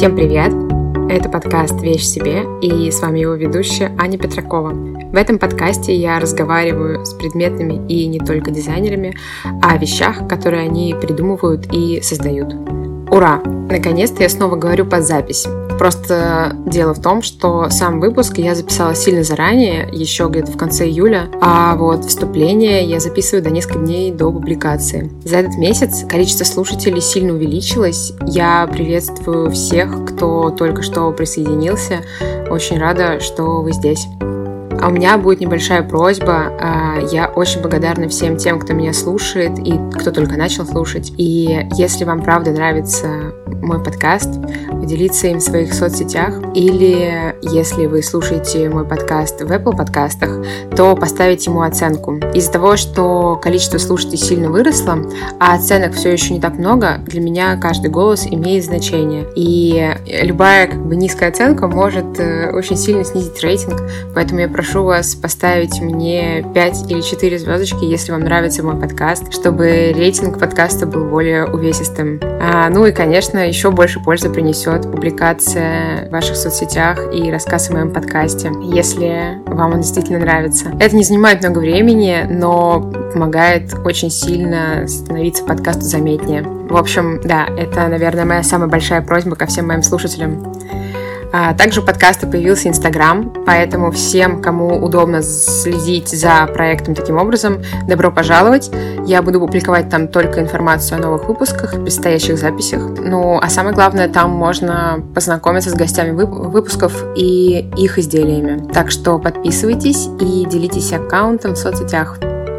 Всем привет! Это подкаст «Вещь в себе», и с вами его ведущая Аня Петракова. В этом подкасте я разговариваю с предметными и не только дизайнерами о вещах, которые они придумывают и создают. Ура! Наконец-то я снова говорю под запись. Просто дело в том, что сам выпуск я записала сильно заранее, еще где-то в конце июля, а вот вступление я записываю до нескольких дней до публикации. За этот месяц количество слушателей сильно увеличилось. Я приветствую всех, кто только что присоединился. Очень рада, что вы здесь. А у меня будет небольшая просьба. Я очень благодарна всем тем, кто меня слушает и кто только начал слушать. И если вам правда нравится мой подкаст, поделиться им в своих соцсетях. Или если вы слушаете мой подкаст в Apple подкастах, то поставить ему оценку. Из-за того, что количество слушателей сильно выросло, а оценок все еще не так много, для меня каждый голос имеет значение. И любая низкая оценка может очень сильно снизить рейтинг. Поэтому я прошу вас поставить мне 5 или 4 звездочки, если вам нравится мой подкаст, чтобы рейтинг подкаста был более увесистым. Ну и, конечно, еще больше пользы принесет публикация в ваших соцсетях и рассказ о моем подкасте, если вам он действительно нравится. Это не занимает много времени, но помогает очень сильно становиться подкасту заметнее. В общем, да, это, наверное, моя самая большая просьба ко всем моим слушателям. Также у подкаста появился Инстаграм, поэтому всем, кому удобно следить за проектом таким образом, добро пожаловать. Я буду публиковать там только информацию о новых выпусках, предстоящих записях. Ну, а самое главное, там можно познакомиться с гостями выпусков и их изделиями. Так что подписывайтесь и делитесь аккаунтом в соцсетях.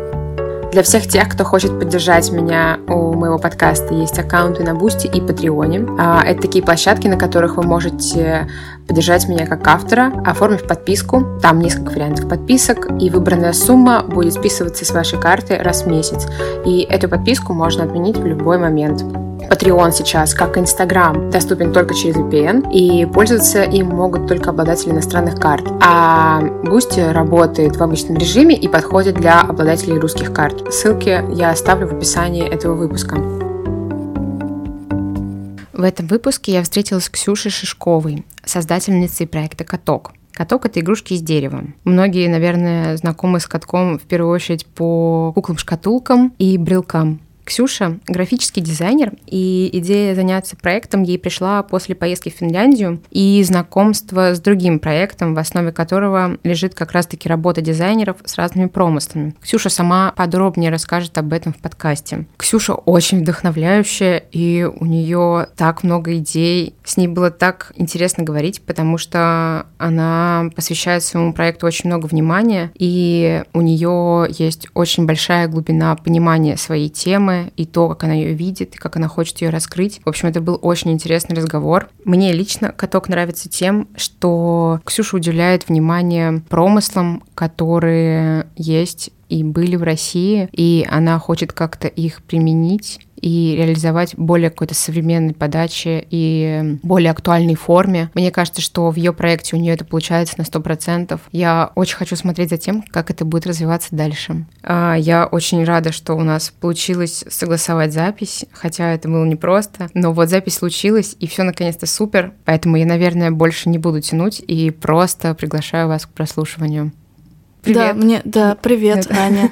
Для всех тех, кто хочет поддержать меня, у моего подкаста есть аккаунты на Boosty и Патреоне. Это такие площадки, на которых вы можете поддержать меня как автора, оформив подписку. Там несколько вариантов подписок, и выбранная сумма будет списываться с вашей карты раз в месяц. И эту подписку можно отменить в любой момент. Patreon сейчас, как и Instagram, доступен только через VPN, и пользоваться им могут только обладатели иностранных карт. А Boosty работает в обычном режиме и подходит для обладателей русских карт. Ссылки я оставлю в описании этого выпуска. В этом выпуске я встретилась с Ксюшей Шишковой, создательницей проекта «Каток». Каток — это игрушки из дерева. Многие, наверное, знакомы с катком в первую очередь по куклам-шкатулкам и брелкам. Ксюша — графический дизайнер, и идея заняться проектом ей пришла после поездки в Финляндию и знакомства с другим проектом, в основе которого лежит как раз-таки работа дизайнеров с разными промыслами. Ксюша сама подробнее расскажет об этом в подкасте. Ксюша очень вдохновляющая, и у нее так много идей. С ней было так интересно говорить, потому что она посвящает своему проекту очень много внимания, и у нее есть очень большая глубина понимания своей темы, и то, как она ее видит, и как она хочет ее раскрыть. В общем, это был очень интересный разговор. Мне лично «Каток» нравится тем, что Ксюша уделяет внимание промыслам, которые есть и были в России, и она хочет как-то их применить и реализовать более какой-то современной подаче и более актуальной форме. Мне кажется, что в ее проекте у нее это получается на 100%. Я очень хочу смотреть за тем, как это будет развиваться дальше. Я очень рада, что у нас получилось согласовать запись, хотя это было непросто, но вот запись случилась, и все наконец-то супер, поэтому я, наверное, больше не буду тянуть и просто приглашаю вас к прослушиванию. Привет. Привет,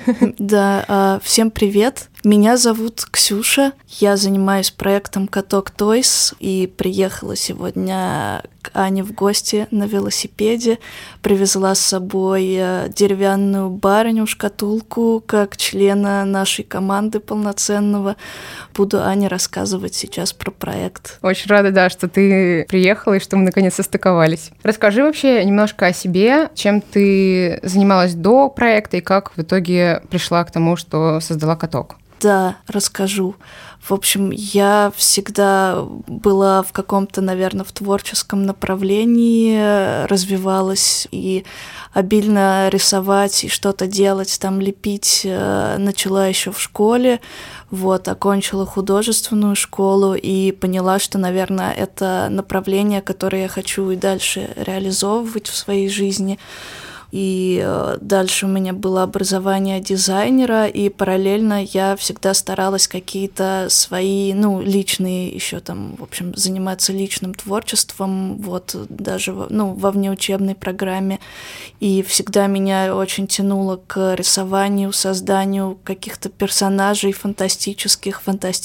Аня. Всем привет. Меня зовут Ксюша. Я занимаюсь проектом «Каток Тойс» и приехала сегодня к Ане в гости на велосипеде. Привезла с собой деревянную барыню-шкатулку как члена нашей команды полноценного. Буду Ане рассказывать сейчас про проект. Очень рада, да, что ты приехала и что мы наконец состыковались. Расскажи вообще немножко о себе, чем ты занималась до проекта и как в итоге пришла к тому, что создала «Каток». Да, расскажу. В общем, я всегда была в каком-то, наверное, в творческом направлении, развивалась и обильно рисовать и что-то делать, там лепить начала еще в школе. Вот, окончила художественную школу и поняла, что, наверное, это направление, которое я хочу и дальше реализовывать в своей жизни. И дальше у меня было образование дизайнера, и параллельно я всегда старалась какие-то свои, личные еще там, в общем, заниматься личным творчеством, вот, даже, во внеучебной программе. И всегда меня очень тянуло к рисованию, созданию каких-то персонажей фантастических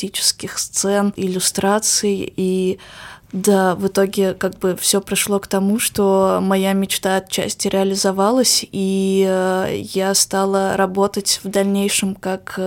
сцен, иллюстраций. И да, в итоге как бы все пришло к тому, что моя мечта отчасти реализовалась, и я стала работать в дальнейшем как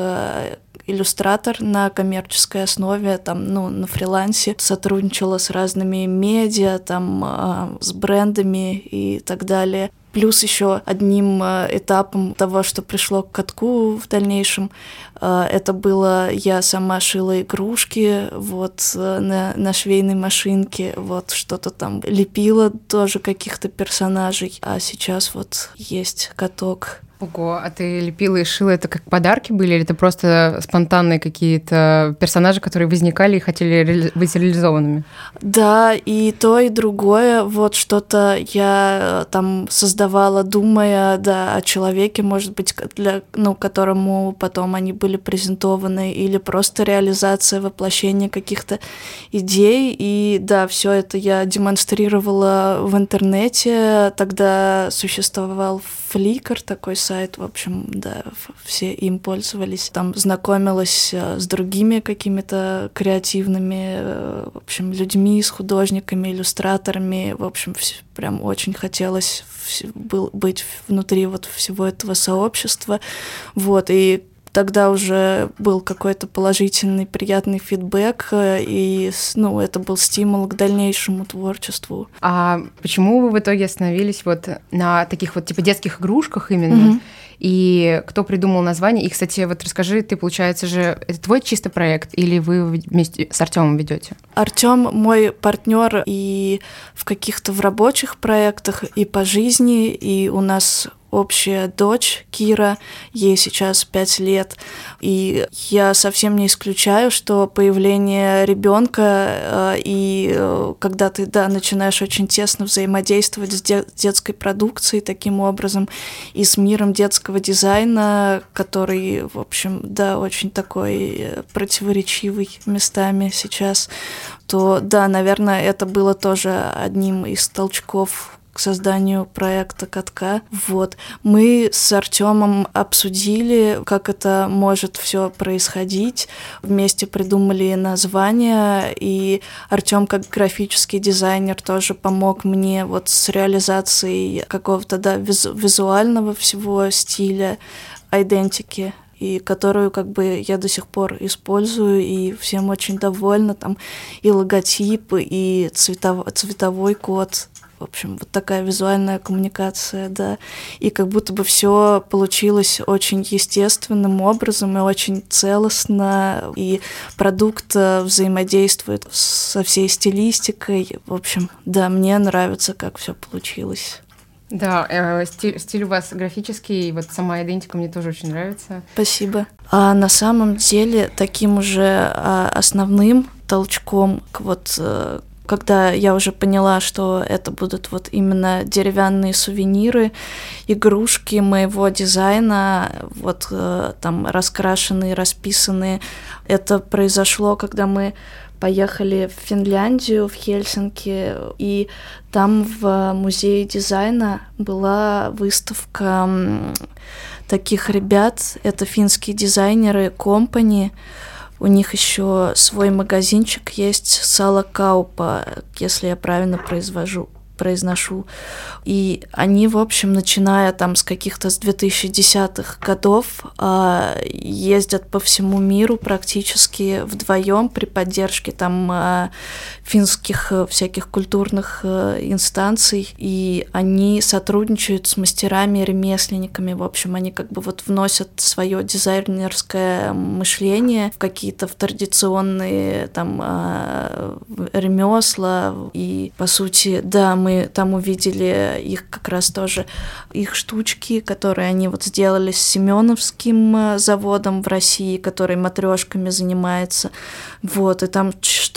иллюстратор на коммерческой основе, там, на фрилансе, сотрудничала с разными медиа, там, с брендами и так далее. Плюс еще одним этапом того, что пришло к катку в дальнейшем, это было, я сама шила игрушки вот на швейной машинке, вот что-то там лепила тоже каких-то персонажей, а сейчас вот есть каток. Ого, а ты лепила и шила, это как подарки были, или это просто спонтанные какие-то персонажи, которые возникали и хотели быть реализованными? Да, и то, и другое. Вот что-то я там создавала, думая, да, о человеке, может быть, которому потом они были презентованы, или просто реализация, воплощение каких-то идей. И да, все это я демонстрировала в интернете. Тогда существовал Flickr, такой сайт, в общем, да, все им пользовались. Там знакомилась с другими какими-то креативными, в общем, людьми, с художниками, иллюстраторами. В общем, прям очень хотелось быть внутри вот всего этого сообщества. Вот, и тогда уже был какой-то положительный, приятный фидбэк, и, это был стимул к дальнейшему творчеству. А почему вы в итоге остановились вот на таких вот типа детских игрушках именно? Mm-hmm. И кто придумал название? И, кстати, вот расскажи, ты, получается же, это твой чисто проект, или вы вместе с Артёмом ведете? Артём мой партнер и в каких-то в рабочих проектах, и по жизни, и у нас общая дочь Кира, ей сейчас 5 лет, и я совсем не исключаю, что появление ребенка и когда ты, да, начинаешь очень тесно взаимодействовать с детской продукцией таким образом и с миром детского дизайна, который, в общем, да, очень такой противоречивый местами сейчас, то, да, наверное, это было тоже одним из толчков к созданию проекта «Катка». Вот. Мы с Артёмом обсудили, как это может все происходить. Вместе придумали название, и Артём, как графический дизайнер, тоже помог мне вот с реализацией какого-то, да, визуального всего стиля, айдентики, и которую как бы я до сих пор использую, и всем очень довольна. Там и логотип, и цветовой код. В общем, вот такая визуальная коммуникация, да. И как будто бы все получилось очень естественным образом и очень целостно, и продукт взаимодействует со всей стилистикой. В общем, да, мне нравится, как все получилось. Да, стиль у вас графический, вот сама идентика мне тоже очень нравится. Спасибо. А на самом деле таким уже основным толчком к вот когда я уже поняла, что это будут вот именно деревянные сувениры, игрушки моего дизайна, вот там раскрашенные, расписанные. Это произошло, когда мы поехали в Финляндию, в Хельсинки, и там в музее дизайна была выставка таких ребят. Это финские дизайнеры Company. У них еще свой магазинчик есть, Салакаупа, если я правильно произношу. И они, в общем, начиная там с каких-то с 2010-х годов, ездят по всему миру практически вдвоем при поддержке там финских всяких культурных инстанций, и они сотрудничают с мастерами и ремесленниками. В общем, они как бы вот вносят свое дизайнерское мышление в какие-то в традиционные там ремесла. И, по сути, да, мы там увидели их как раз тоже, их штучки, которые они вот сделали с Семеновским заводом в России, который матрёшками занимается. Вот, и там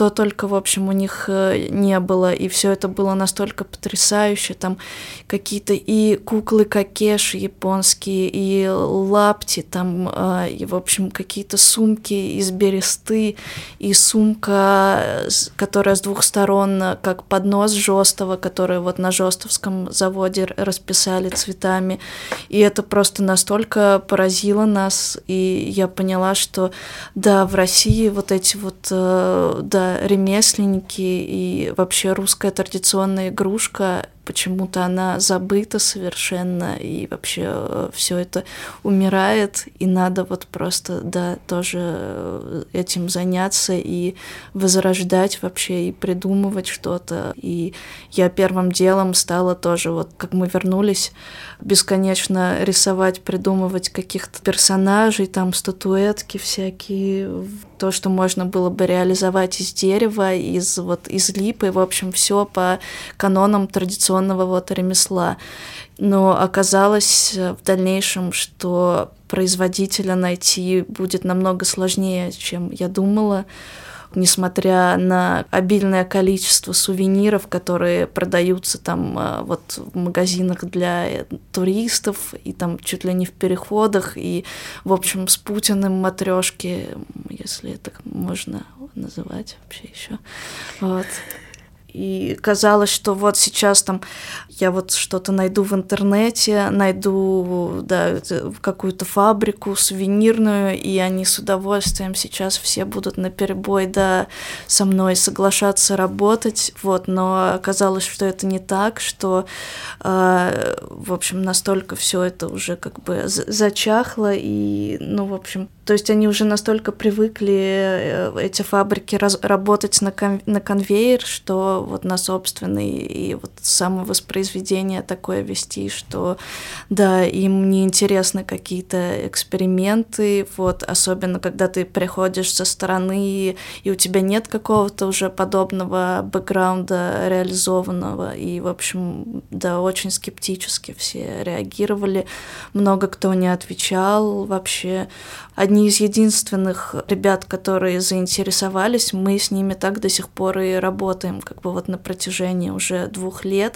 что только, в общем, у них не было, и все это было настолько потрясающе, там какие-то и куклы кокеши японские, и лапти, там, и, в общем, какие-то сумки из бересты, и сумка, которая с двух сторон, как поднос жёстого, который вот на жёстовском заводе расписали цветами, и это просто настолько поразило нас, и я поняла, что да, в России вот эти вот, да, ремесленники и вообще русская традиционная игрушка, почему-то она забыта совершенно, и вообще все это умирает, и надо вот просто, да, тоже этим заняться и возрождать вообще, и придумывать что-то. И я первым делом стала тоже, вот как мы вернулись, бесконечно рисовать, придумывать каких-то персонажей, там статуэтки всякие, то, что можно было бы реализовать из дерева, из липы, в общем, все по канонам традиционного вот ремесла. Но оказалось в дальнейшем, что производителя найти будет намного сложнее, чем я думала, несмотря на обильное количество сувениров, которые продаются там вот в магазинах для туристов, и там чуть ли не в переходах, и, в общем, с Путиным матрешки, если это можно называть вообще еще. Вот. И казалось, что вот сейчас там я вот что-то найду в интернете, найду, да, какую-то фабрику сувенирную, и они с удовольствием сейчас все будут наперебой, да, со мной соглашаться работать, вот, но оказалось, что это не так, что, в общем, настолько все это уже как бы зачахло, и, ну, в общем, то есть они уже настолько привыкли, эти фабрики, работать на конвейер, что вот на собственный и вот самовоспроизведение такое вести, что, да, им не интересны какие-то эксперименты, вот, особенно когда ты приходишь со стороны, и у тебя нет какого-то уже подобного бэкграунда реализованного, и, в общем, да, очень скептически все реагировали, много кто не отвечал вообще. Одни из единственных ребят, которые заинтересовались, мы с ними так до сих пор и работаем, как бы вот на протяжении уже 2 лет,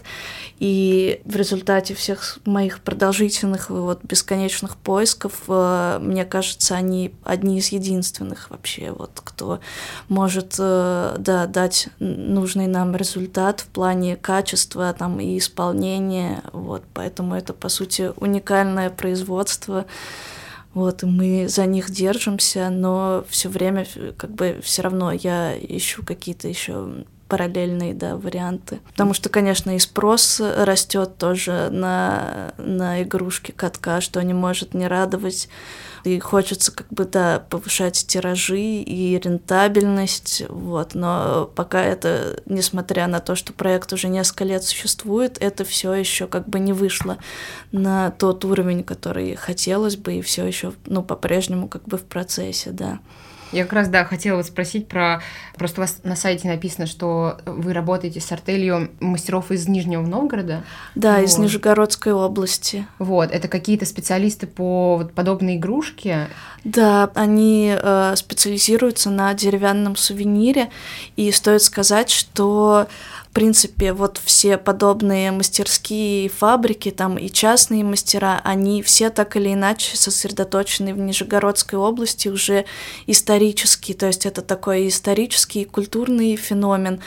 и в результате всех моих продолжительных вот бесконечных поисков, мне кажется, они одни из единственных вообще, вот, кто может, да, дать нужный нам результат в плане качества там, и исполнения, вот, поэтому это, по сути, уникальное производство. Вот, и мы за них держимся, но все время как бы все равно я ищу какие-то еще параллельные, да, варианты. Потому что, конечно, и спрос растет тоже на игрушки катка, что не может не радовать. И хочется как бы, да, повышать тиражи и рентабельность, вот, но пока это, несмотря на то, что проект уже несколько лет существует, это все еще как бы не вышло на тот уровень, который хотелось бы, и все еще, ну, по-прежнему как бы в процессе, да. Я как раз, да, хотела вот спросить про... Просто у вас на сайте написано, что вы работаете с артелью мастеров из Нижнего Новгорода. Да, вот. Из Нижегородской области. Вот, это какие-то специалисты по вот подобной игрушке? Да, они специализируются на деревянном сувенире, и стоит сказать, что... В принципе, вот все подобные мастерские фабрики, там и частные мастера, они все так или иначе сосредоточены в Нижегородской области уже исторически, то есть это такой исторический и культурный феномен.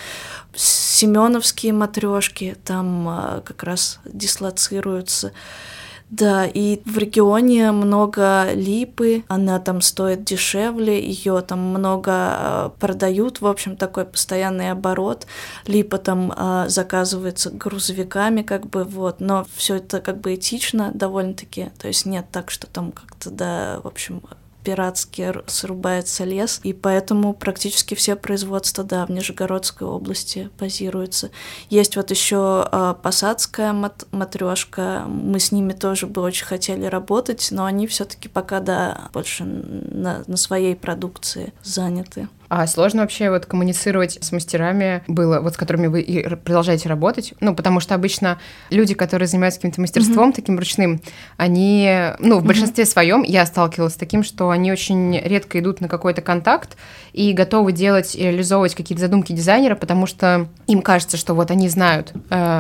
Семеновские матрешки там как раз дислоцируются. Да, и в регионе много липы, она там стоит дешевле, ее там много продают, в общем, такой постоянный оборот. Липа там заказывается грузовиками, как бы, вот, но все это как бы этично довольно-таки, то есть нет так, что там как-то, да, в общем, пиратски срубается лес, и поэтому практически все производства, да, в Нижегородской области базируются. Есть вот еще посадская матрешка, мы с ними тоже бы очень хотели работать, но они все-таки пока, да, больше на своей продукции заняты. А сложно вообще вот коммуницировать с мастерами было, вот с которыми вы и продолжаете работать? Ну, потому что обычно люди, которые занимаются каким-то мастерством таким ручным, они, ну, в большинстве своем я сталкивалась с таким, что они очень редко идут на какой-то контакт и готовы делать и реализовывать какие-то задумки дизайнера, потому что им кажется, что вот они знают,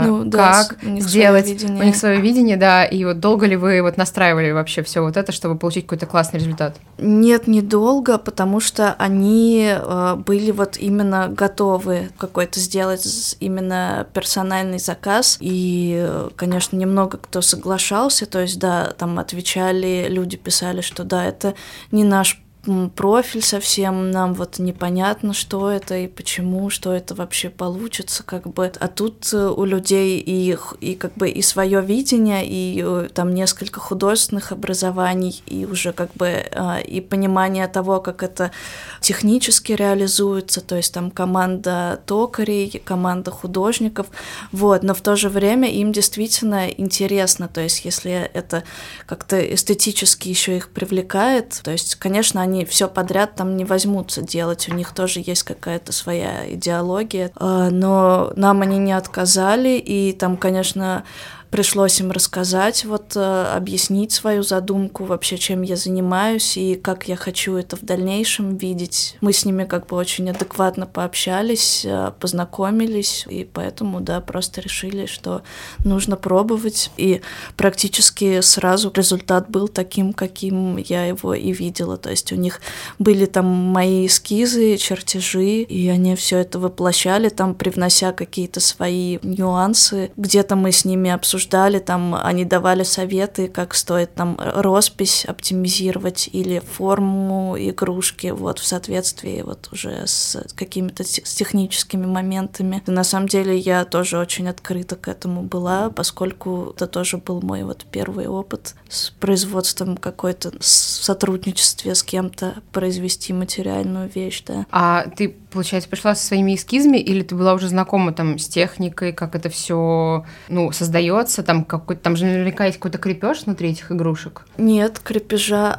как сделать, у них свое видение, да, и вот долго ли вы вот настраивали вообще все вот это, чтобы получить какой-то классный результат? Нет, недолго, потому что они были вот именно готовы какой-то сделать именно персональный заказ, и, конечно, немного кто соглашался, то есть, да, там отвечали, люди писали, что да, это не наш профиль совсем, нам вот непонятно, что это и почему, что это вообще получится, как бы. А тут у людей и как бы и свое видение, и там несколько художественных образований, и уже как бы и понимание того, как это технически реализуется, то есть там команда токарей, команда художников, вот, но в то же время им действительно интересно, то есть если это как-то эстетически еще их привлекает, то есть, конечно, они все подряд там не возьмутся делать, у них тоже есть какая-то своя идеология, но нам они не отказали, и там, конечно, пришлось им рассказать, вот объяснить свою задумку, вообще, чем я занимаюсь и как я хочу это в дальнейшем видеть. Мы с ними как бы очень адекватно пообщались, познакомились, и поэтому, да, просто решили, что нужно пробовать. И практически сразу результат был таким, каким я его и видела. То есть у них были там мои эскизы, чертежи, и они все это воплощали, там привнося какие-то свои нюансы. Где-то мы с ними обсуждали, там они давали советы, как стоит там роспись оптимизировать или форму игрушки, вот в соответствии вот уже с какими-то с техническими моментами. И на самом деле я тоже очень открыта к этому была, поскольку это тоже был мой вот первый опыт с производством какой-то, в сотрудничестве с кем-то произвести материальную вещь, да. А ты, получается, пришла со своими эскизами, или ты была уже знакома там с техникой, как это все, ну, создается? Там какой-то, там же наверняка есть какой-то крепеж внутри этих игрушек. Нет, крепежа.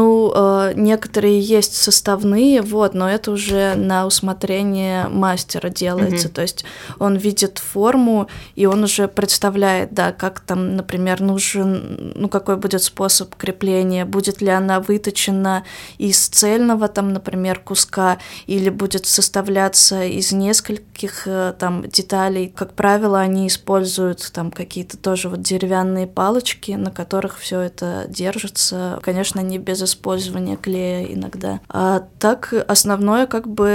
Некоторые есть составные, вот, но это уже на усмотрение мастера делается. То есть он видит форму, и он уже представляет, да, как там, например, нужен, ну, какой будет способ крепления, будет ли она выточена из цельного, там, например, куска, или будет составляться из нескольких там деталей. Как правило, они используют там какие-то тоже вот деревянные палочки, на которых все это держится. Конечно, не без использования клея иногда. А так основной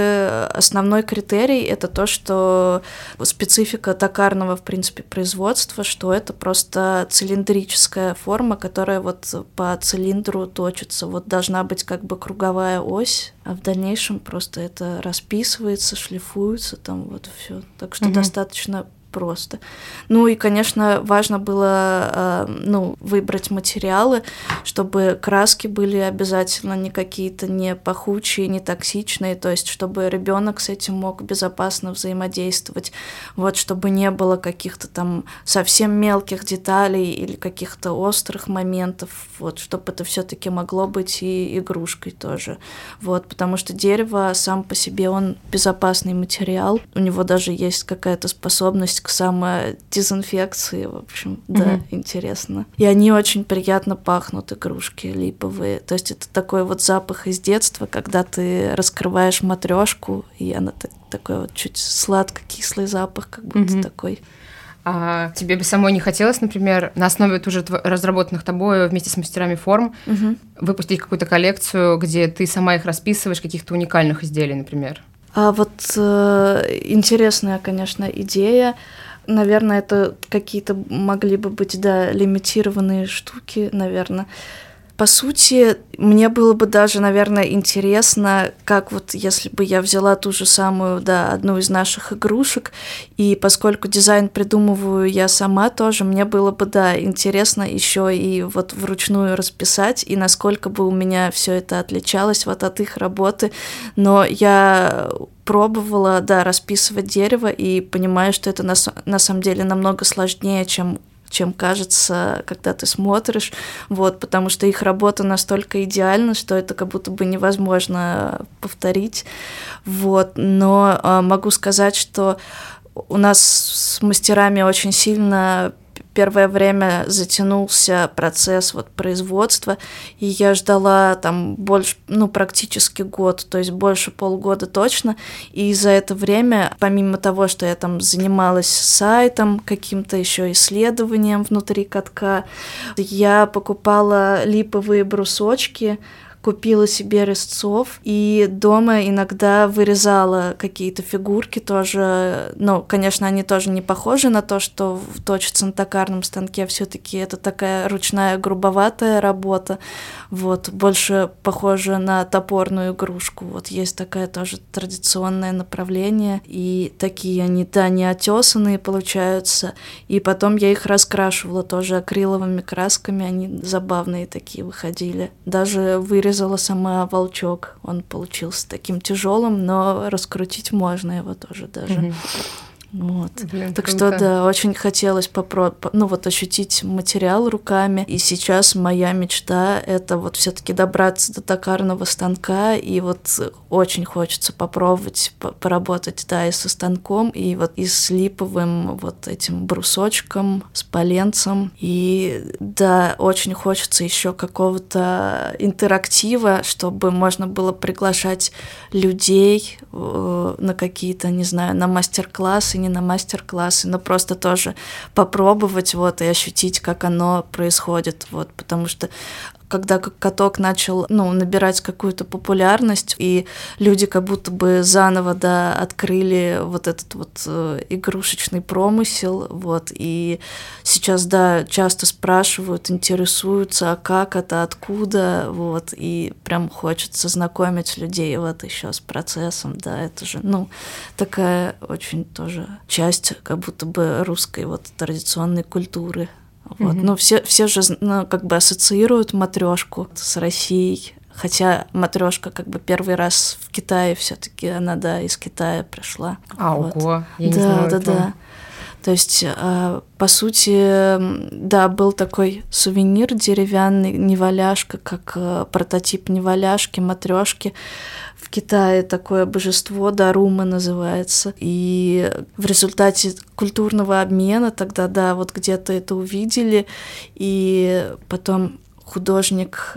критерий — это то, что специфика токарного, в принципе, производства, что это просто цилиндрическая форма, которая вот по цилиндру точится. Вот должна быть как бы круговая ось, а в дальнейшем просто это расписывается, шлифуется, там вот все. Так что достаточно просто. Ну и, конечно, важно было выбрать материалы, чтобы краски были обязательно не какие-то не пахучие, не токсичные, то есть чтобы ребенок с этим мог безопасно взаимодействовать, вот, чтобы не было каких-то там совсем мелких деталей или каких-то острых моментов, вот, чтобы это все-таки могло быть и игрушкой тоже, вот, потому что дерево сам по себе, он безопасный материал, у него даже есть какая-то способность к самодезинфекции, в общем, да, интересно. И они очень приятно пахнут, игрушки липовые. То есть это такой вот запах из детства, когда ты раскрываешь матрешку, и она такой вот чуть сладко-кислый запах, как будто такой. А тебе бы самой не хотелось, например, на основе вот уже разработанных тобой вместе с мастерами форм выпустить какую-то коллекцию, где ты сама их расписываешь, каких-то уникальных изделий, например? А вот интересная, конечно, идея. Наверное, это какие-то могли бы быть, да, лимитированные штуки, наверное. По сути, мне было бы даже, наверное, интересно, как вот если бы я взяла ту же самую, да, одну из наших игрушек, и поскольку дизайн придумываю я сама тоже, мне было бы, да, интересно еще и вот вручную расписать, и насколько бы у меня все это отличалось вот от их работы, но я пробовала, да, расписывать дерево, и понимаю, что это на самом деле намного сложнее, чем чем кажется, когда ты смотришь, вот, потому что их работа настолько идеальна, что это как будто бы невозможно повторить, вот, но могу сказать, что у нас с мастерами очень сильно первое время затянулся процесс вот производства, и я ждала там больше, практически год, то есть больше полгода точно, и за это время, помимо того, что я там занималась сайтом, каким-то еще исследованием внутри катка, я покупала липовые брусочки, купила себе резцов и дома иногда вырезала какие-то фигурки тоже. Конечно, они тоже не похожи на то, что точится на токарном станке. Все-таки это такая ручная грубоватая работа. Вот, больше похожа на топорную игрушку. Вот есть такое тоже традиционное направление. И такие они, да, не отесанные получаются. И потом я их раскрашивала тоже акриловыми красками. Они забавные такие выходили. Даже вырезала сама волчок. Он получился таким тяжелым, но раскрутить можно его тоже даже. Мгм. Вот. Блин, Так круто. что, да, очень хотелось ощутить материал руками. И сейчас моя мечта — это вот все-таки добраться до токарного станка, и вот очень хочется попробовать поработать, да, и со станком, и вот и с липовым вот этим брусочком, с поленцем. И да, очень хочется еще какого-то интерактива, чтобы можно было приглашать людей на какие-то, не знаю, на мастер-классы, не на мастер-классы, но просто тоже попробовать вот и ощутить, как оно происходит, вот, потому что когда каток начал, набирать какую-то популярность, и люди как будто бы заново, да, открыли вот этот вот игрушечный промысел, вот, и сейчас, да, часто спрашивают, интересуются, а как это, откуда, вот, и прям хочется знакомить людей вот еще с процессом, да, это же, такая очень тоже часть как будто бы русской вот традиционной культуры. Вот. Все же как бы ассоциируют матрешку с Россией, хотя матрешка как бы первый раз в Китае все-таки она, да, из Китая пришла. Вот. Ого, я не знала этого. Да. То есть, по сути, да, был такой сувенир деревянный, неваляшка, как прототип неваляшки, матрешки. В Китае такое божество Дарума называется. И в результате культурного обмена тогда, да, вот где-то это увидели, и потом художник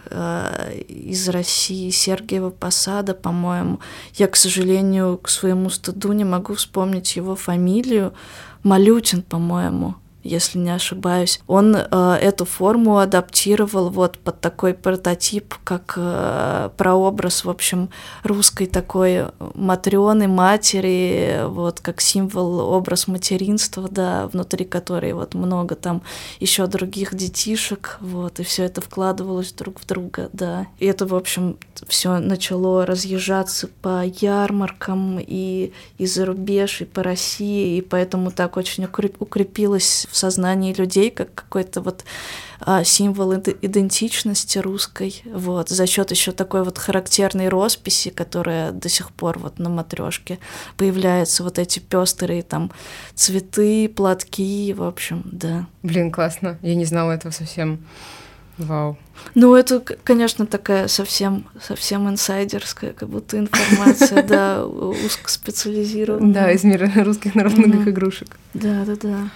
из России, Сергиева Посада, по-моему, я, к сожалению, к своему стыду не могу вспомнить его фамилию, Малютин, по-моему, если не ошибаюсь, он эту форму адаптировал вот под такой прототип, как прообраз, в общем, русской такой матрёны, матери, вот как символ, образ материнства, да, внутри которой вот много там еще других детишек, вот, и все это вкладывалось друг в друга, да. И это, в общем, все начало разъезжаться по ярмаркам и за рубеж, и по России, и поэтому так очень укрепилось в сознании людей как какой-то вот символ идентичности русской, вот, за счет еще такой вот характерной росписи, которая до сих пор вот на матрешке появляется, вот эти пестрые там цветы, платки, в общем, да. Блин, классно, я не знала этого совсем. Вау. Это, конечно, такая совсем инсайдерская, как будто информация, да, узкоспециализированная. Да, из мира русских народных игрушек. Да.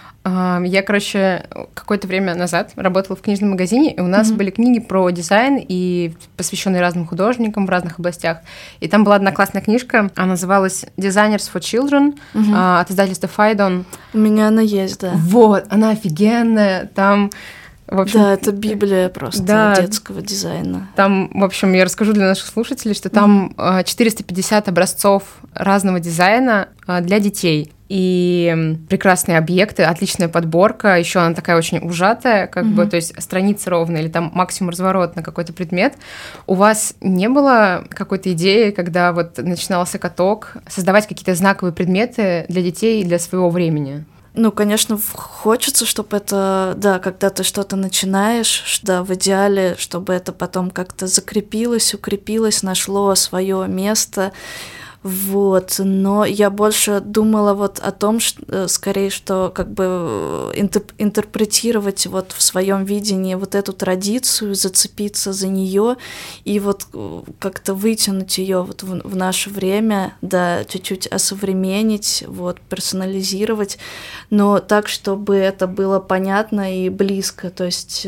Я, какое-то время назад работала в книжном магазине, и у нас были книги про дизайн, и посвященные разным художникам в разных областях. И там была одна классная книжка, она называлась «Designers for Children» от издательства Файдон. У меня она есть, да. Вот, она офигенная, там... В общем, да, это Библия просто детского дизайна. Там, в общем, я расскажу для наших слушателей, что там 450 образцов разного дизайна для детей. И прекрасные объекты, отличная подборка. Еще она такая очень ужатая, как бы, то есть страница ровная или там максимум разворот на какой-то предмет. У вас не было какой-то идеи, когда вот начинался каток, создавать какие-то знаковые предметы для детей и для своего времени? Конечно, хочется, чтобы это, да, когда ты что-то начинаешь, да, в идеале, чтобы это потом как-то закрепилось, укрепилось, нашло свое место. Вот, но я больше думала вот о том, скорее, что как бы интерпретировать вот в своем видении вот эту традицию, зацепиться за нее и вот как-то вытянуть ее вот в наше время, да, чуть-чуть осовременить, вот, персонализировать, но так, чтобы это было понятно и близко, то есть,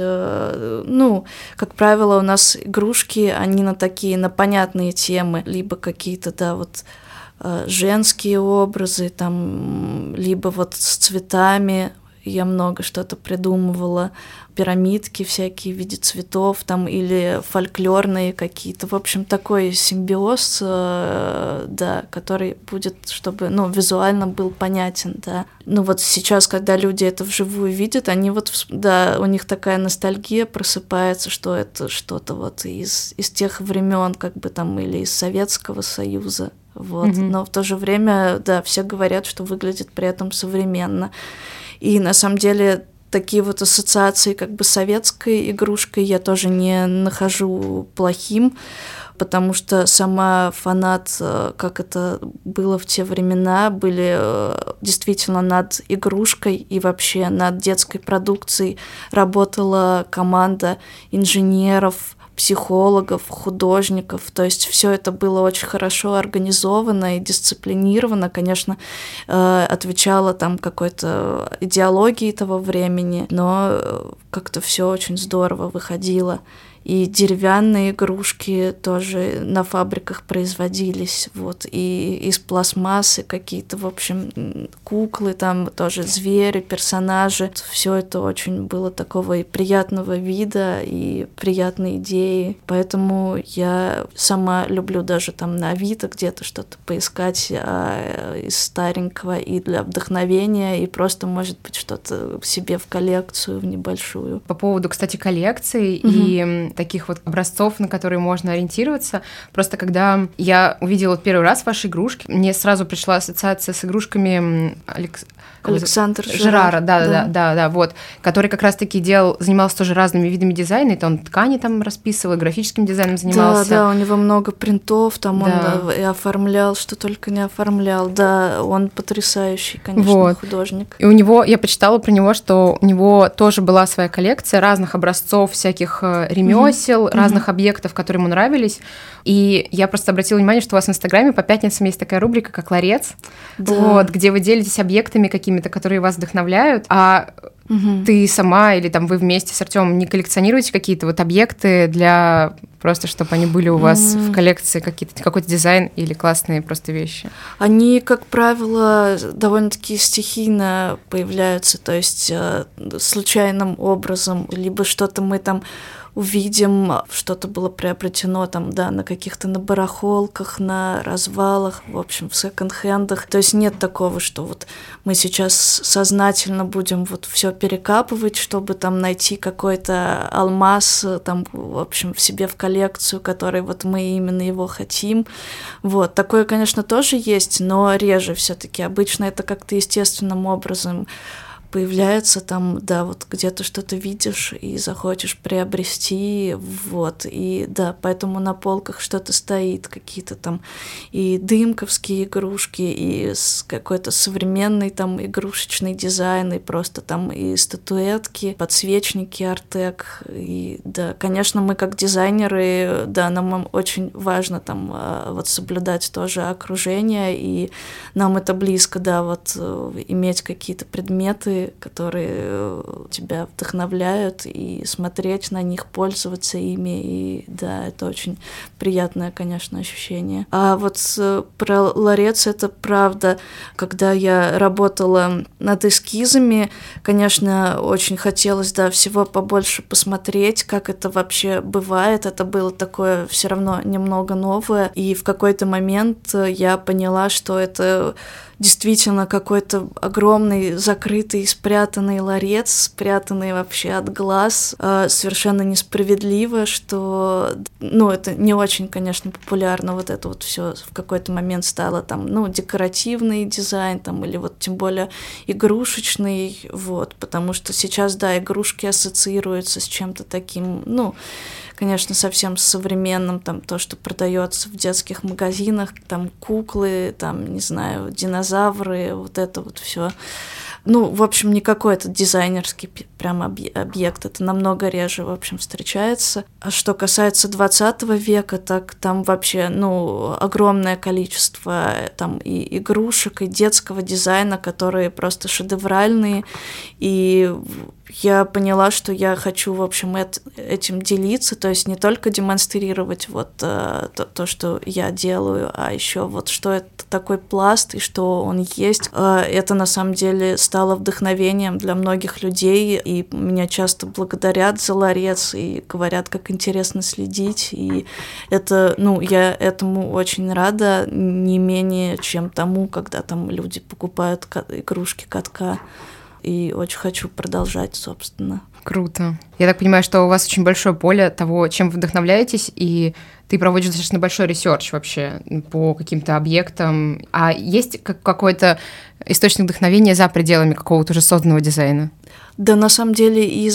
ну, как правило, у нас игрушки, они на понятные темы, либо какие-то, да, вот женские образы, там, либо вот с цветами. Я много что-то придумывала, пирамидки всякие в виде цветов, там, или фольклорные какие-то. В общем, такой симбиоз, да, который будет, чтобы, ну, визуально был понятен, да. Ну, вот сейчас, когда люди это вживую видят, они вот, да, у них такая ностальгия просыпается, что это что-то вот из тех времен, как бы там, или из Советского Союза. Вот. Но в то же время, да, все говорят, что выглядит при этом современно. И на самом деле такие вот ассоциации как бы с советской игрушкой я тоже не нахожу плохим, потому что сама фанат, как это было в те времена, были действительно над игрушкой и вообще над детской продукцией работала команда инженеров, психологов, художников, то есть все это было очень хорошо организовано и дисциплинировано, конечно, отвечало там какой-то идеологии того времени, но как-то все очень здорово выходило. И деревянные игрушки тоже на фабриках производились, вот, и из пластмассы какие-то, в общем, куклы, там тоже звери, персонажи. Все это очень было такого и приятного вида, и приятной идеи. Поэтому я сама люблю даже там на Авито где-то что-то поискать из старенького и для вдохновения, и просто, может быть, что-то себе в коллекцию, в небольшую. По поводу, кстати, коллекций и таких вот образцов, на которые можно ориентироваться. Просто когда я увидела первый раз ваши игрушки, мне сразу пришла ассоциация с игрушками Александр Жерара, да, вот, который как раз-таки занимался тоже разными видами дизайна, это он ткани там расписывал, графическим дизайном занимался. Да, у него много принтов, там он и оформлял, что только не оформлял, да, он потрясающий, конечно, художник. И у него, я почитала про него, что у него тоже была своя коллекция разных образцов, всяких ремесел, разных объектов, которые ему нравились, и я просто обратила внимание, что у вас в Инстаграме по пятницам есть такая рубрика, как «Ларец», вот, где вы делитесь объектами какими-то, которые вас вдохновляют, а ты сама или там вы вместе с Артёмом не коллекционируете какие-то вот объекты для просто, чтобы они были у вас в коллекции, какой-то дизайн или классные просто вещи? Они, как правило, довольно-таки стихийно появляются, то есть случайным образом, либо что-то мы там увидим, что-то было приобретено там, да, на каких-то на барахолках, на развалах, в общем, в секонд-хендах. То есть нет такого, что вот мы сейчас сознательно будем вот все перекапывать, чтобы там найти какой-то алмаз, там, в общем, в себе в коллекцию, который вот мы именно его хотим. Вот, такое, конечно, тоже есть, но реже все-таки. Обычно это как-то естественным образом появляется там, да, вот где-то что-то видишь и захочешь приобрести, вот, и да, поэтому на полках что-то стоит, какие-то там и дымковские игрушки, и какой-то современный там игрушечный дизайн, и просто там и статуэтки, подсвечники Артек, и да, конечно, мы как дизайнеры, да, нам очень важно там вот соблюдать тоже окружение, и нам это близко, да, вот иметь какие-то предметы, которые тебя вдохновляют, и смотреть на них, пользоваться ими, и да, это очень приятное, конечно, ощущение. А вот про ларец это правда. Когда я работала над эскизами, конечно, очень хотелось, да, всего побольше посмотреть, как это вообще бывает. Это было такое все равно немного новое, и в какой-то момент я поняла, что это действительно какой-то огромный закрытый спрятанный ларец, спрятанный вообще от глаз, совершенно несправедливо, что, это не очень, конечно, популярно, вот это вот все в какой-то момент стало там, декоративный дизайн там, или вот тем более игрушечный, вот, потому что сейчас, да, игрушки ассоциируются с чем-то таким, конечно, совсем современным, там, то, что продается в детских магазинах, там, куклы, там, не знаю, динозавры, вот это вот все. В общем, не какой-то дизайнерский прям объект, это намного реже, в общем, встречается. А что касается 20 века, так там вообще, огромное количество там и игрушек, и детского дизайна, которые просто шедевральные, и я поняла, что я хочу, в общем, этим делиться, то есть не только демонстрировать вот то, что я делаю, а еще вот что это такой пласт и что он есть. Это на самом деле стало вдохновением для многих людей, и меня часто благодарят за ларец и говорят, как интересно следить, и это, я этому очень рада, не менее, чем тому, когда там люди покупают игрушки катка. И очень хочу продолжать, собственно. Круто. Я так понимаю, что у вас очень большое поле того, чем вы вдохновляетесь, и ты проводишь достаточно большой ресерч вообще по каким-то объектам. А есть какой-то источник вдохновения за пределами какого-то уже созданного дизайна? Да, на самом деле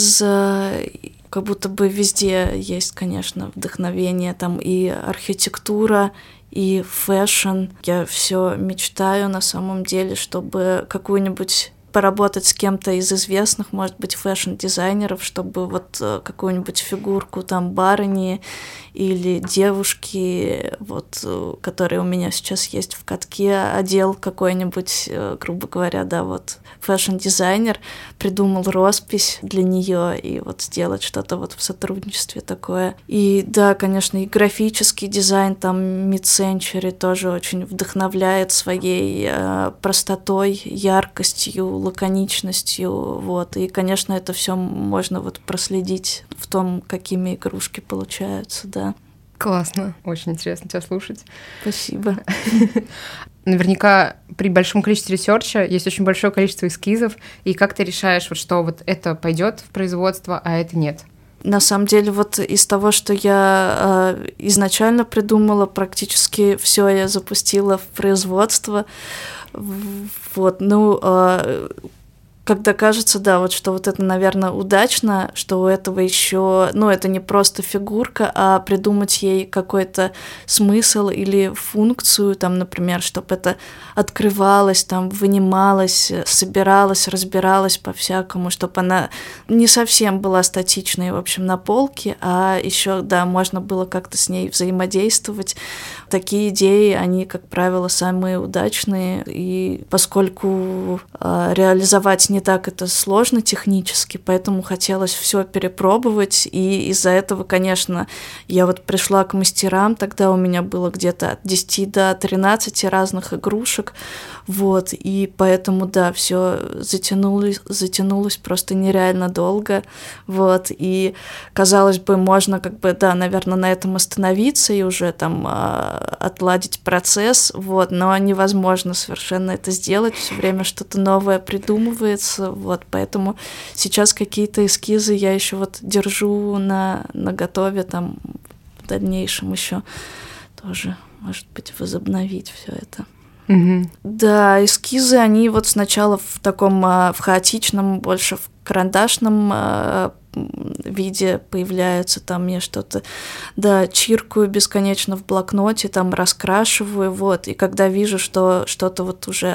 как будто бы везде есть, конечно, вдохновение, там и архитектура, и фэшн. Я все мечтаю на самом деле, чтобы какую-нибудь поработать с кем-то из известных, может быть, фэшн-дизайнеров, чтобы вот какую-нибудь фигурку там барыни или девушки, вот, которые у меня сейчас есть в катке, одел какой-нибудь, грубо говоря, да, вот фэшн-дизайнер, придумал роспись для нее и вот сделать что-то вот в сотрудничестве такое. И да, конечно, и графический дизайн, там Mid-Century тоже очень вдохновляет своей простотой, яркостью, лаконичностью, вот. И, конечно, это все можно вот проследить в том, какими игрушки получаются, да. Классно, очень интересно тебя слушать. Спасибо. Наверняка при большом количестве ресерча есть очень большое количество эскизов, и как ты решаешь, вот, что вот это пойдет в производство, а это нет? На самом деле, вот из того, что я изначально придумала, практически все я запустила в производство. Вот, когда кажется, да, вот что вот это, наверное, удачно, что у этого еще, это не просто фигурка, а придумать ей какой-то смысл или функцию, там, например, чтобы это открывалось, там, вынималось, собиралось, разбиралось по-всякому, чтобы она не совсем была статичной, в общем, на полке, а еще, да, можно было как-то с ней взаимодействовать. Такие идеи, они, как правило, самые удачные, и поскольку реализовать не так это сложно технически, поэтому хотелось все перепробовать, и из-за этого, конечно, я вот пришла к мастерам, тогда у меня было где-то от 10 до 13 разных игрушек, вот, и поэтому, да, все затянулось просто нереально долго, вот, и, казалось бы, можно как бы, да, наверное, на этом остановиться и уже там отладить процесс, вот, но невозможно совершенно это сделать, все время что-то новое придумывается, вот, поэтому сейчас какие-то эскизы я еще вот держу на готове, там, в дальнейшем еще тоже, может быть, возобновить все это. Mm-hmm. Да, эскизы, они вот сначала в таком, в хаотичном, больше в карандашном виде появляются, там я что-то, да, чиркаю бесконечно в блокноте, там раскрашиваю, вот, и когда вижу, что что-то вот уже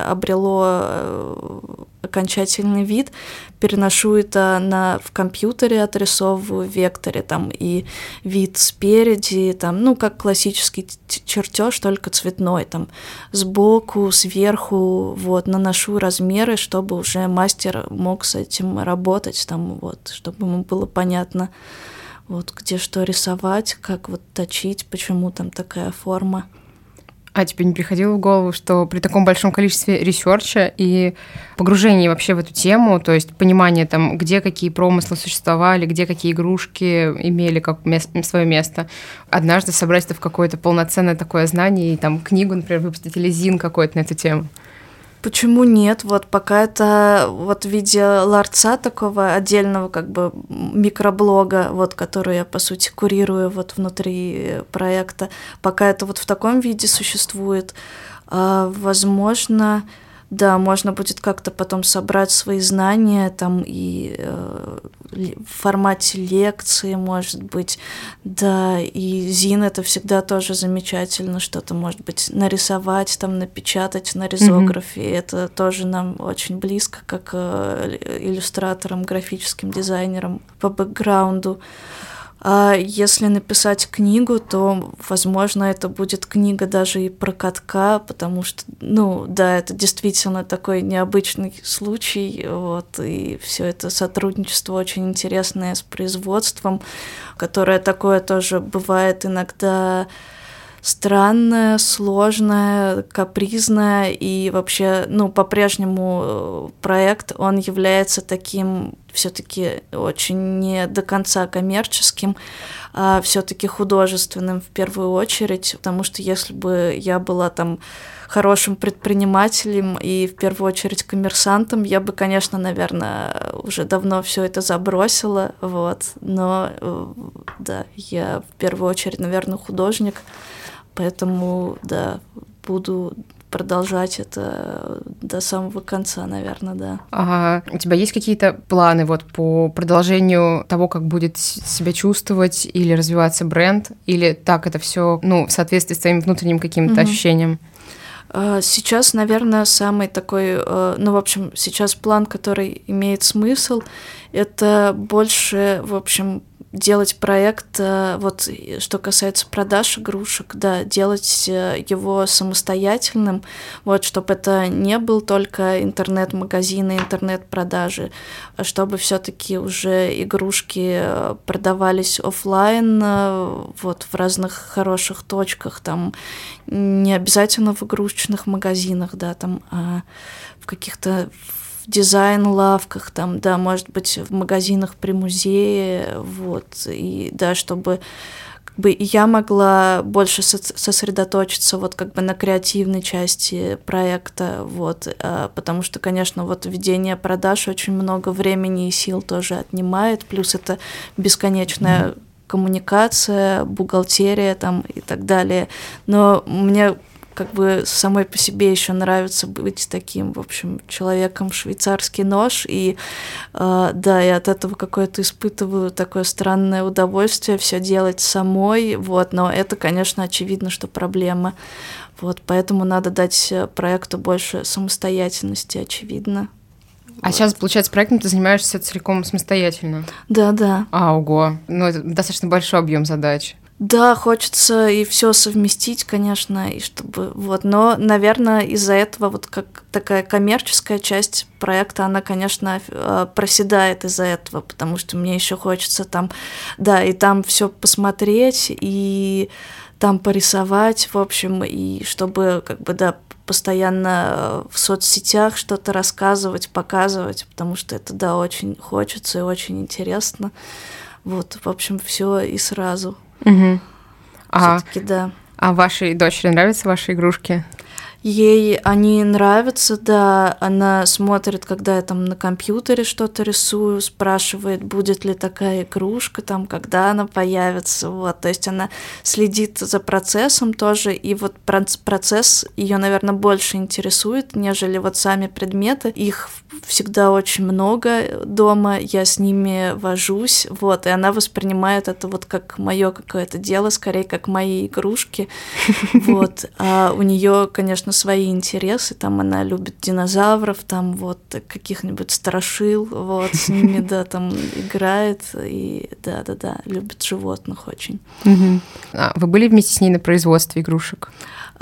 обрело окончательный вид, переношу это в компьютере, отрисовываю в векторе, там, и вид спереди, там, как классический чертеж, только цветной, там, сбоку, сверху, вот, наношу размеры, чтобы уже мастер мог с этим работать, там, вот, чтобы ему было понятно, вот, где что рисовать, как вот точить, почему там такая форма. А тебе не приходило в голову, что при таком большом количестве ресерча и погружении вообще в эту тему, то есть понимание, там, где какие промыслы существовали, где какие игрушки имели свое место, однажды собрать это в какое-то полноценное такое знание и там книгу, например, выпустить или зин какой-то на эту тему? Почему нет? Вот пока это вот в виде ларца такого отдельного как бы микроблога, вот, который я, по сути, курирую вот внутри проекта, пока это вот в таком виде существует, возможно, да, можно будет как-то потом собрать свои знания там и в формате лекции, может быть, да, и Зин это всегда тоже замечательно, что-то, может быть, нарисовать, там, напечатать на ризографе, это тоже нам очень близко, как иллюстраторам, графическим дизайнерам по бэкграунду. А если написать книгу, то, возможно, это будет книга даже и про катка, потому что, ну, да, это действительно такой необычный случай, вот, и все это сотрудничество очень интересное с производством, которое такое тоже бывает иногда странная, сложная, капризная, и вообще, ну, по-прежнему проект, он является таким все-таки очень не до конца коммерческим, а все-таки художественным в первую очередь, потому что если бы я была там хорошим предпринимателем и в первую очередь коммерсантом, я бы, конечно, наверное, уже давно все это забросила, вот, но да, я в первую очередь, наверное, художник, поэтому, да, буду продолжать это до самого конца, наверное, да. А у тебя есть какие-то планы вот по продолжению того, как будет себя чувствовать или развиваться бренд, или так это все, ну, в соответствии с твоим внутренним каким-то ощущением? Сейчас, наверное, самый такой, ну, в общем, сейчас план, который имеет смысл, это больше, в общем, делать проект, вот что касается продаж игрушек, да, делать его самостоятельным, вот, чтобы это не был только интернет-магазины, интернет-продажи, а чтобы все-таки уже игрушки продавались офлайн, вот, в разных хороших точках, там, не обязательно в игрушечных магазинах, да, там, а в каких-то дизайн-лавках, там, да, может быть, в магазинах при музее, вот, и, да, чтобы как бы и я могла больше сосредоточиться вот как бы на креативной части проекта, вот, потому что, конечно, вот ведение продаж очень много времени и сил тоже отнимает, плюс это бесконечная коммуникация, бухгалтерия там и так далее, но мне как бы самой по себе еще нравится быть таким, в общем, человеком швейцарский нож, и да, я от этого какое-то испытываю такое странное удовольствие все делать самой, вот, но это, конечно, очевидно, что проблема, вот, поэтому надо дать проекту больше самостоятельности, очевидно. А вот. Сейчас, получается, проектом ты занимаешься целиком самостоятельно? Да. Ого, ну это достаточно большой объем задач. Да, хочется и все совместить, конечно, и чтобы вот, но, наверное, из-за этого вот как такая коммерческая часть проекта, она, конечно, проседает из-за этого, потому что мне еще хочется там, да, и там все посмотреть, и там порисовать, в общем, и чтобы как бы, да, постоянно в соцсетях что-то рассказывать, показывать, потому что это, да, очень хочется и очень интересно. Вот, в общем, все и сразу. Угу. Всё-таки, да. А вашей дочери нравятся ваши игрушки? Ей они нравятся, да, она смотрит, когда я там на компьютере что-то рисую, спрашивает, будет ли такая игрушка, там, когда она появится, вот, то есть она следит за процессом тоже, и вот процесс ее, наверное, больше интересует, нежели вот сами предметы, их всегда очень много дома, я с ними вожусь, вот, и она воспринимает это вот как мое какое-то дело, скорее как мои игрушки, вот, а у нее, конечно, свои интересы, там она любит динозавров, там вот каких-нибудь страшил, вот, с ними, да, там играет, и да, любит животных очень. А вы были вместе с ней на производстве игрушек?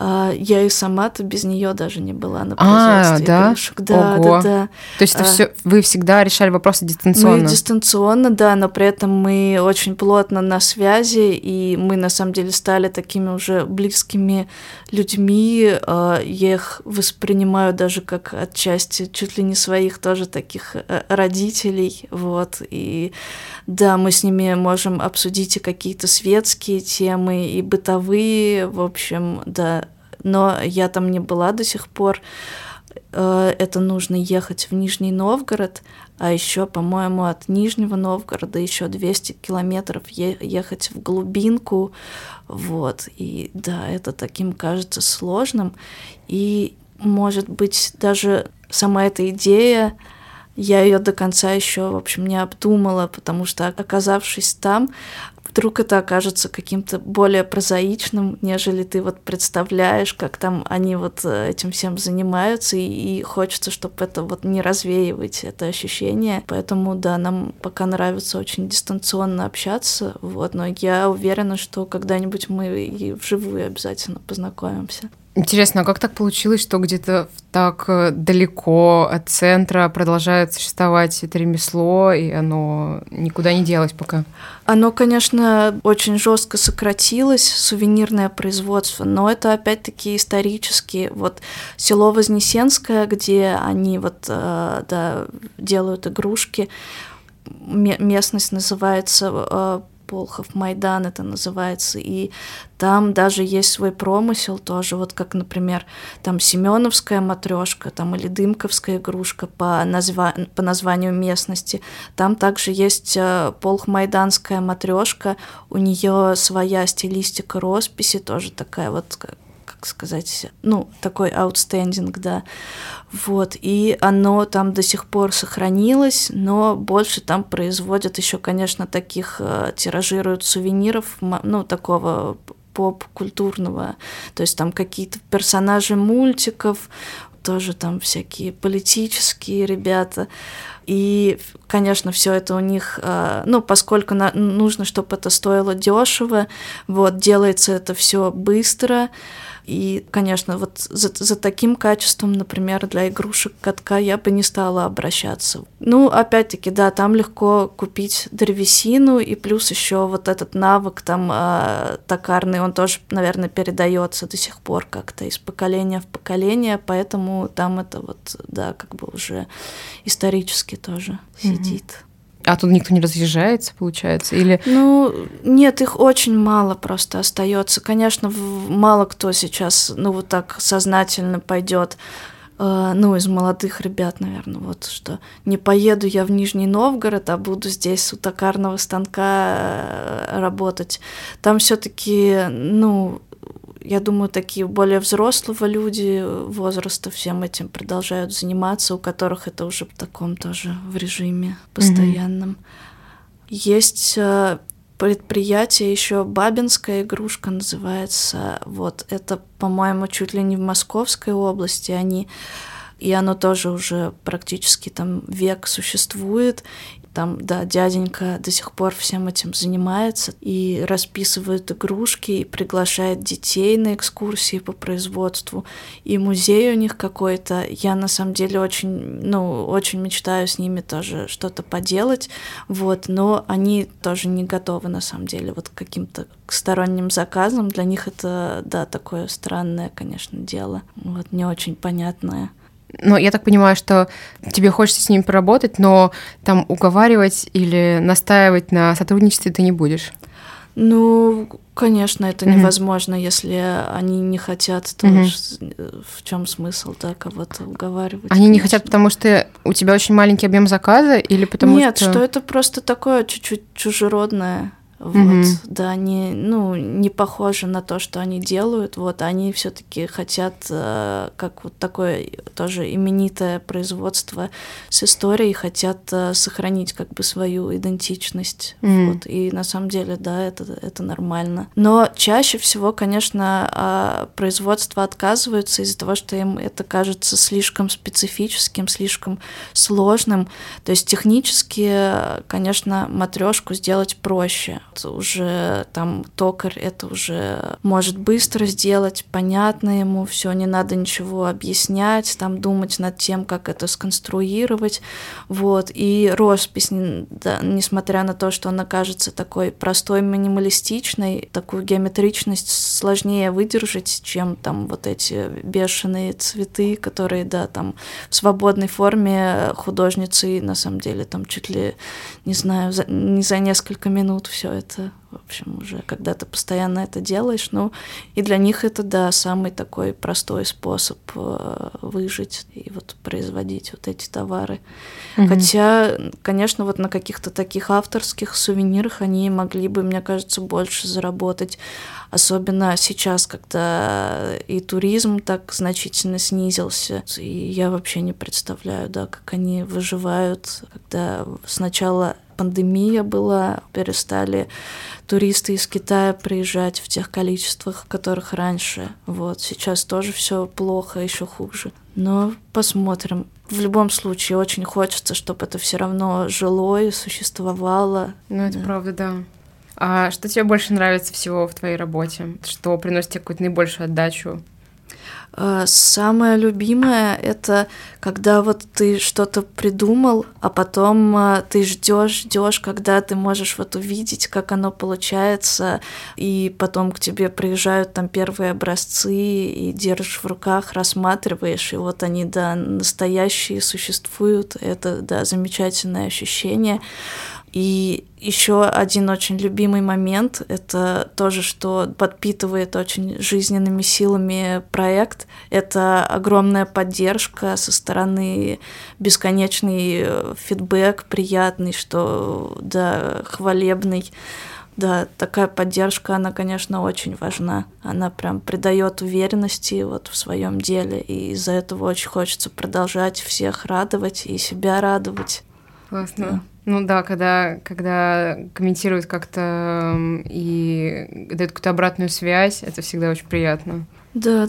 Я и сама-то без нее даже не была на производстве игрушек. Да? Ого. Да. То есть это все вы всегда решали вопросы дистанционно? Мы дистанционно, да, но при этом мы очень плотно на связи, и мы на самом деле стали такими уже близкими людьми. Я их воспринимаю даже как отчасти чуть ли не своих тоже таких родителей, вот, и да, мы с ними можем обсудить и какие-то светские темы, и бытовые, в общем, да, но я там не была до сих пор. это нужно ехать в Нижний Новгород, а еще, по-моему, от Нижнего Новгорода еще 200 километров ехать в глубинку, вот, и да, это таким кажется сложным, и, может быть, даже сама эта идея, я ее до конца еще, в общем, не обдумала, потому что, оказавшись там, вдруг это окажется каким-то более прозаичным, нежели ты вот представляешь, как там они вот этим всем занимаются, и хочется, чтобы это вот не развеивать это ощущение. Поэтому, да, нам пока нравится очень дистанционно общаться, вот, но я уверена, что когда-нибудь мы и вживую обязательно познакомимся. Интересно, а как так получилось, что где-то так далеко от центра продолжает существовать это ремесло, и оно никуда не делось пока? Оно, конечно, очень жестко сократилось, сувенирное производство, но это опять-таки исторически. Вот село Вознесенское, где они вот, да, делают игрушки, местность называется Полхов Майдан, это называется, и там даже есть свой промысел тоже, вот как, например, там Семеновская матрешка, там или Дымковская игрушка по названию местности. Там также есть Полх-Майданская матрешка, у нее своя стилистика росписи, тоже такая вот, как сказать, ну, такой аутстендинг, да, вот, и оно там до сих пор сохранилось, но больше там производят еще, конечно, таких, тиражируют сувениров, ну, такого поп-культурного, то есть там какие-то персонажи мультиков, тоже там всякие политические ребята, и, конечно, все это у них, ну, поскольку нужно, чтобы это стоило дешево, вот, делается это все быстро. И, конечно, вот за таким качеством, например, для игрушек катка я бы не стала обращаться. Ну, опять-таки, да, там легко купить древесину, и плюс еще вот этот навык там токарный, он тоже, наверное, передается до сих пор как-то из поколения в поколение, поэтому там это вот, да, как бы уже исторически тоже сидит. А тут никто не разъезжается, получается? Или... Ну, нет, их очень мало просто остается. Конечно, мало кто сейчас, ну, вот так сознательно пойдет, ну, из молодых ребят, наверное, вот что не поеду я в Нижний Новгород, а буду здесь у токарного станка работать. Там все-таки, ну, я думаю, такие более взрослого люди возраста всем этим продолжают заниматься, у которых это уже в таком тоже в режиме постоянном. Есть предприятие еще Бабинская игрушка называется. Вот это, по-моему, чуть ли не в Московской области они, и оно тоже уже практически там век существует. Там, да, дяденька до сих пор всем этим занимается и расписывает игрушки, и приглашает детей на экскурсии по производству. И музей у них какой-то. Я, на самом деле, очень мечтаю с ними тоже что-то поделать, вот, но они тоже не готовы, на самом деле, вот к каким-то сторонним заказам. Для них это, да, такое странное, конечно, дело, вот, не очень понятное. Но я так понимаю, что тебе хочется с ними поработать, но там уговаривать или настаивать на сотрудничестве ты не будешь? Ну, конечно, это невозможно, если они не хотят, то в чем смысл, да, кого-то уговаривать? Они не хотят, потому что у тебя очень маленький объем заказа, или потому Нет, что... что это просто такое чуть-чуть чужеродное. Вот, да, не похоже на то, что они делают, вот, они все-таки хотят, как вот такое тоже именитое производство с историей, хотят сохранить как бы свою идентичность, вот, и на самом деле, да, это нормально. Но чаще всего, конечно, производство отказываются из-за того, что им это кажется слишком специфическим, слишком сложным, то есть технически, конечно, матрешку сделать проще. Уже там токарь это уже может быстро сделать, понятно ему, все, не надо ничего объяснять, там думать над тем, как это сконструировать, вот, и роспись, да, несмотря на то, что она кажется такой простой, минималистичной, такую геометричность сложнее выдержать, чем там вот эти бешеные цветы, которые, да, там в свободной форме художницы, на самом деле, там чуть ли, не знаю, не за несколько минут все это это, в общем, уже когда ты постоянно это делаешь, ну, и для них это, да, самый такой простой способ выжить и вот производить вот эти товары. Хотя, конечно, вот на каких-то таких авторских сувенирах они могли бы, мне кажется, больше заработать. Особенно сейчас, когда и туризм так значительно снизился. И я вообще не представляю, да, как они выживают, когда сначала пандемия была, перестали туристы из Китая приезжать в тех количествах, в которых раньше. Вот сейчас тоже все плохо, еще хуже. Но посмотрим. В любом случае, очень хочется, чтобы это все равно жило и существовало. Ну, это правда, да. А что тебе больше нравится всего в твоей работе? Что приносит тебе какую-то наибольшую отдачу? Самое любимое — это когда вот ты что-то придумал, а потом ты ждешь, когда ты можешь вот увидеть, как оно получается, и потом к тебе приезжают там первые образцы, и держишь в руках, рассматриваешь, и вот они, да, настоящие, существуют. Это, да, замечательное ощущение. И еще один очень любимый момент — это тоже, что подпитывает очень жизненными силами проект. Это огромная поддержка со стороны, бесконечный фидбэк приятный, что, да, хвалебный. Да, такая поддержка, она, конечно, очень важна. Она прям придает уверенности вот в своем деле, и из-за этого очень хочется продолжать всех радовать и себя радовать. Классно. Да. Ну да, когда комментируют как-то и дают какую-то обратную связь, это всегда очень приятно. Да.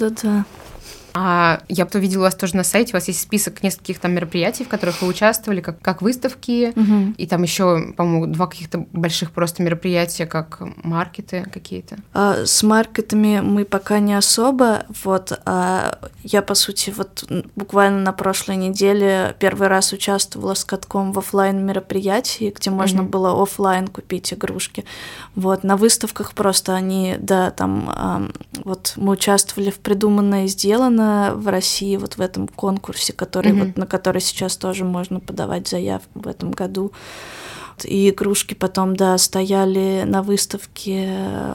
А я потом видела у вас тоже на сайте, у вас есть список нескольких там мероприятий, в которых вы участвовали, как выставки, и там еще, по-моему, 2 каких-то больших просто мероприятия, как маркеты какие-то. С маркетами мы пока не особо, вот, я, по сути, вот буквально на прошлой неделе первый раз участвовала с катком в офлайн мероприятии, где можно было офлайн купить игрушки. Вот, на выставках просто они, да, там, вот мы участвовали в «Придуманное и сделано» в России, вот в этом конкурсе, который, вот, на который сейчас тоже можно подавать заявку в этом году. И игрушки потом, да, стояли на выставке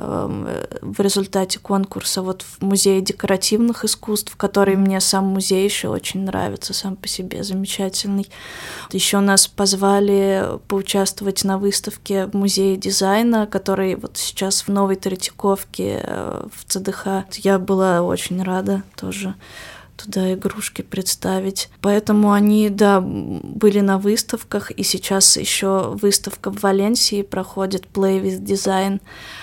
в результате конкурса вот в Музее декоративных искусств, который мне сам музей еще очень нравится, сам по себе замечательный. Еще нас позвали поучаствовать на выставке в Музее дизайна, который вот сейчас в Новой Третьяковке в ЦДХ. Я была очень рада тоже туда игрушки представить. Поэтому они, да, были на выставках, и сейчас еще выставка в Валенсии проходит, Play with Design,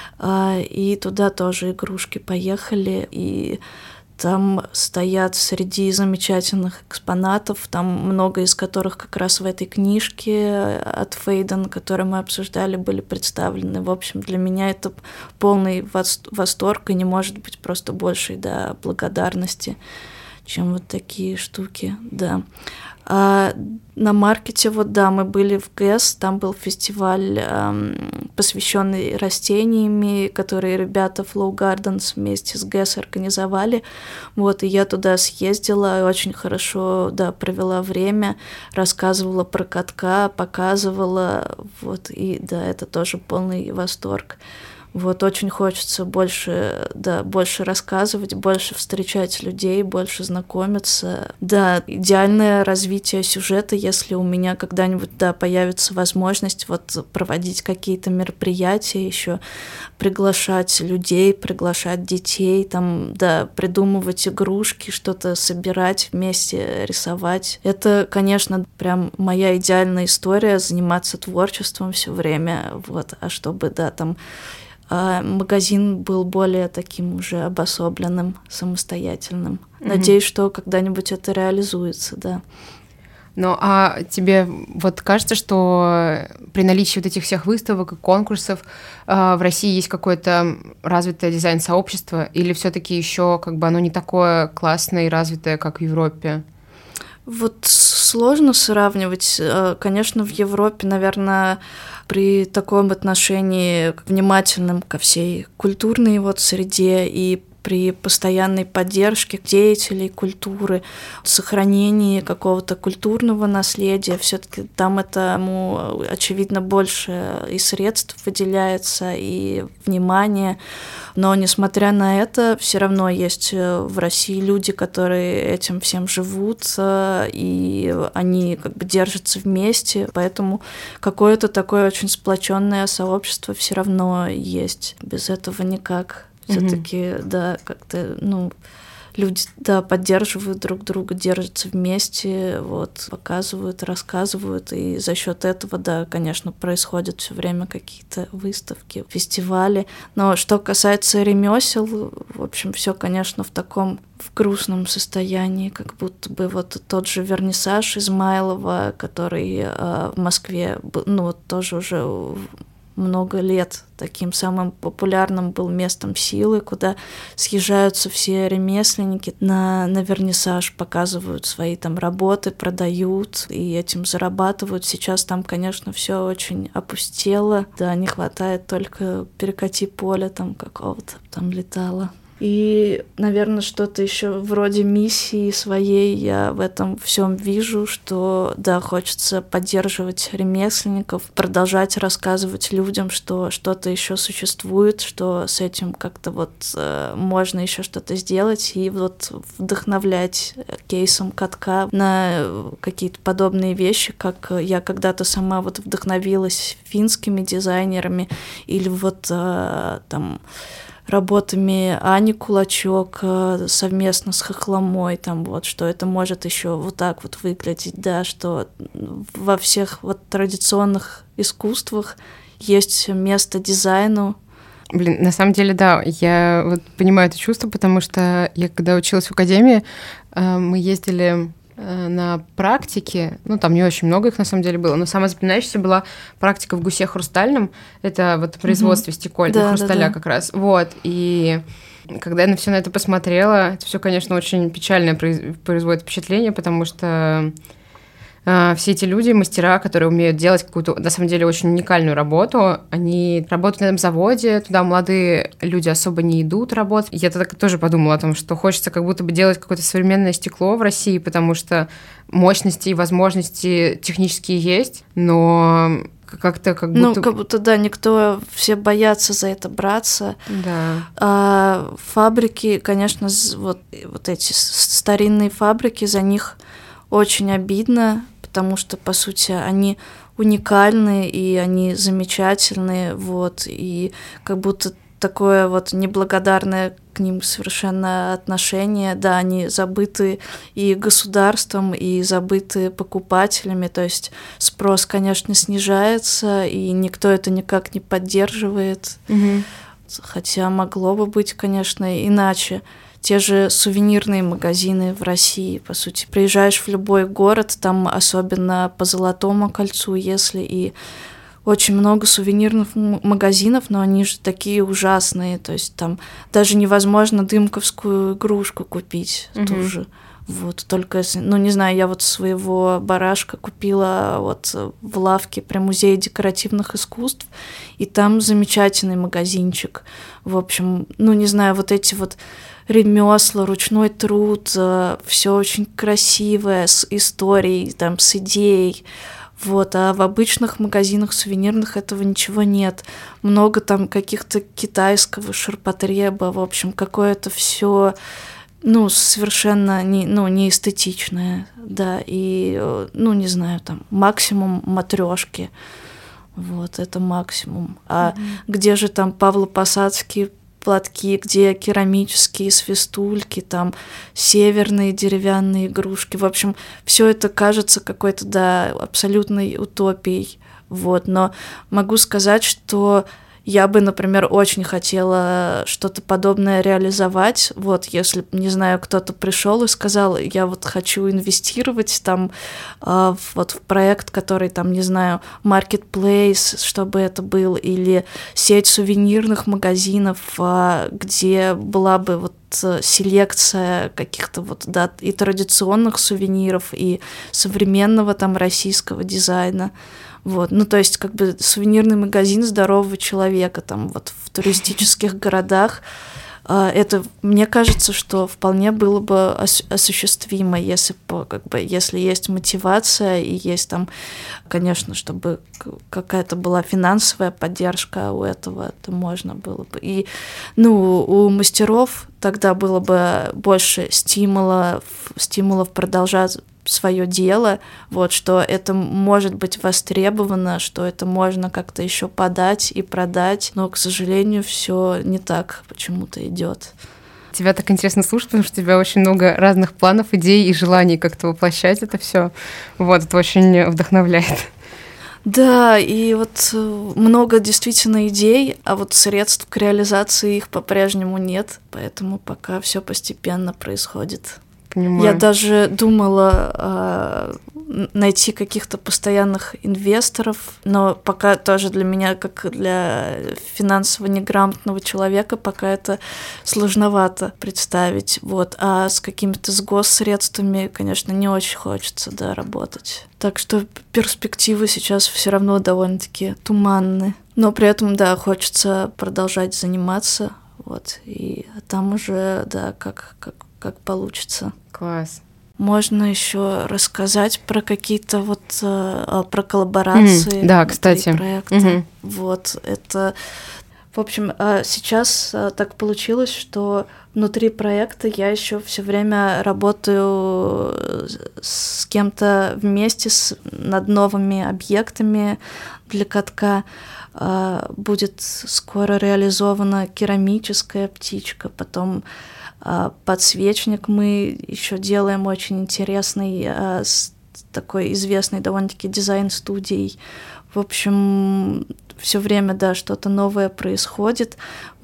и туда тоже игрушки поехали, и там стоят среди замечательных экспонатов, там много из которых как раз в этой книжке от Фейден, которую мы обсуждали, были представлены. В общем, для меня это полный восторг, и не может быть просто большей, да, благодарности, чем вот такие штуки, да. А на маркете, вот, да, мы были в ГЭС, там был фестиваль, посвященный растениями, которые ребята Flow Gardens вместе с ГЭС организовали. Вот, и я туда съездила, очень хорошо, да, провела время, рассказывала про катка, показывала, вот, и, да, это тоже полный восторг. Вот, очень хочется больше, да, больше рассказывать, больше встречать людей, больше знакомиться. Да, идеальное развитие сюжета, если у меня когда-нибудь, да, появится возможность вот проводить какие-то мероприятия, еще приглашать людей, приглашать детей, там, да, придумывать игрушки, что-то собирать вместе, рисовать. Это, конечно, прям моя идеальная история — заниматься творчеством все время, вот, а чтобы, да, там магазин был более таким уже обособленным, самостоятельным. Надеюсь, что когда-нибудь это реализуется, да. Ну, а тебе вот кажется, что при наличии вот этих всех выставок и конкурсов в России есть какое-то развитое дизайн-сообщество, или все-таки еще как бы оно не такое классное и развитое, как в Европе? Вот сложно сравнивать. Конечно, в Европе, наверное, при таком отношении внимательном ко всей культурной вот среде и при постоянной поддержке деятелей культуры, сохранении какого-то культурного наследия. Все-таки там этому, очевидно, больше и средств выделяется, и внимания. Но, несмотря на это, все равно есть в России люди, которые этим всем живут, и они как бы держатся вместе, поэтому какое-то такое очень сплоченное сообщество все равно есть. Без этого никак. Все-таки, да, как-то, люди, да, поддерживают друг друга, держатся вместе, вот, показывают, рассказывают, и за счет этого, да, конечно, происходят все время какие-то выставки, фестивали. Но что касается ремесел, в общем, все, конечно, в грустном состоянии, как будто бы вот тот же вернисаж Измайлова, который в Москве, тоже уже много лет таким самым популярным был местом силы, куда съезжаются все ремесленники на вернисаж, показывают свои там работы, продают и этим зарабатывают. Сейчас там, конечно, все очень опустело, да, не хватает только перекати поля там какого-то там летало. И, наверное, что-то еще вроде миссии своей я в этом всем вижу, что, да, хочется поддерживать ремесленников, продолжать рассказывать людям, что что-то еще существует, что с этим как-то вот можно еще что-то сделать, и вот вдохновлять кейсом катка на какие-то подобные вещи, как я когда-то сама вот вдохновилась финскими дизайнерами или вот там работами Ани Кулачок совместно с Хохломой, там вот, что это может еще вот так вот выглядеть, да, что во всех вот традиционных искусствах есть место дизайну. Блин, на самом деле, да, я вот понимаю это чувство, потому что я когда училась в академии, мы ездили на практике, там не очень много их на самом деле было, но самая запоминающаяся была практика в Гусе Хрустальном, это вот производство стекольного хрусталя как раз, вот, и когда я на все на это посмотрела, это все, конечно, очень печальное производит впечатление, потому что все эти люди, мастера, которые умеют делать какую-то, на самом деле, очень уникальную работу, они работают на этом заводе, туда молодые люди особо не идут работать. Я так тоже подумала о том, что хочется как будто бы делать какое-то современное стекло в России, потому что мощности и возможности технические есть, но как-то как будто... как будто, да, все боятся за это браться. Да. А фабрики, конечно, вот эти старинные фабрики, за них очень обидно, потому что, по сути, они уникальны, и они замечательные, вот, и как будто такое вот неблагодарное к ним совершенно отношение, да, они забыты и государством, и забыты покупателями, то есть спрос, конечно, снижается, и никто это никак не поддерживает, хотя могло бы быть, конечно, иначе. Те же сувенирные магазины в России, по сути. Приезжаешь в любой город, там особенно по Золотому кольцу, если и очень много сувенирных магазинов, но они же такие ужасные, то есть там даже невозможно дымковскую игрушку купить ту же. Вот, только если, не знаю, я вот своего барашка купила вот в лавке при Музее декоративных искусств, и там замечательный магазинчик. В общем, не знаю, вот эти вот ремесла, ручной труд, все очень красивое, с историей, там, с идеей. Вот, а в обычных магазинах сувенирных этого ничего нет. Много там каких-то китайского ширпотреба, в общем, какое-то все совершенно не эстетичное, да, и, не знаю, там, максимум матрешки, вот, это максимум. А где же там павлопосадские платки, где керамические свистульки, там северные деревянные игрушки. В общем, все это кажется какой-то, да, абсолютной утопией. Вот. Но могу сказать, что я бы, например, очень хотела что-то подобное реализовать. Вот, если, не знаю, кто-то пришел и сказал, я вот хочу инвестировать там вот в проект, который там, не знаю, marketplace, чтобы это был, или сеть сувенирных магазинов, где была бы вот селекция каких-то вот, да, и традиционных сувениров, и современного там российского дизайна. Вот, то есть как бы сувенирный магазин здорового человека там вот в туристических городах, это, мне кажется, что вполне было бы осуществимо, если есть мотивация и есть там, конечно, чтобы какая-то была финансовая поддержка у этого, то можно было бы. И, у мастеров тогда было бы больше стимулов продолжать свое дело, что это может быть востребовано, что это можно как-то еще подать и продать, но, к сожалению, все не так почему-то идет. Тебя так интересно слушать, потому что у тебя очень много разных планов, идей и желаний как-то воплощать это все. Это очень вдохновляет. Да, и много действительно идей, а средств к реализации их по-прежнему нет, поэтому пока все постепенно происходит. Понимаю. Я даже думала найти каких-то постоянных инвесторов, но пока тоже для меня, как для финансово неграмотного человека, пока это сложновато представить. А с какими-то госсредствами, конечно, не очень хочется, работать. Так что перспективы сейчас все равно довольно-таки туманны. Но при этом, хочется продолжать заниматься, и там уже, как получится. Класс. Можно еще рассказать про какие-то про коллаборации. Да, кстати. Проекта. Это... В общем, сейчас так получилось, что внутри проекта я еще все время работаю с кем-то вместе над новыми объектами для катка. Будет скоро реализована керамическая птичка, потом подсвечник мы еще делаем очень интересный, с такой известной довольно-таки дизайн-студией. В общем, все время, что-то новое происходит,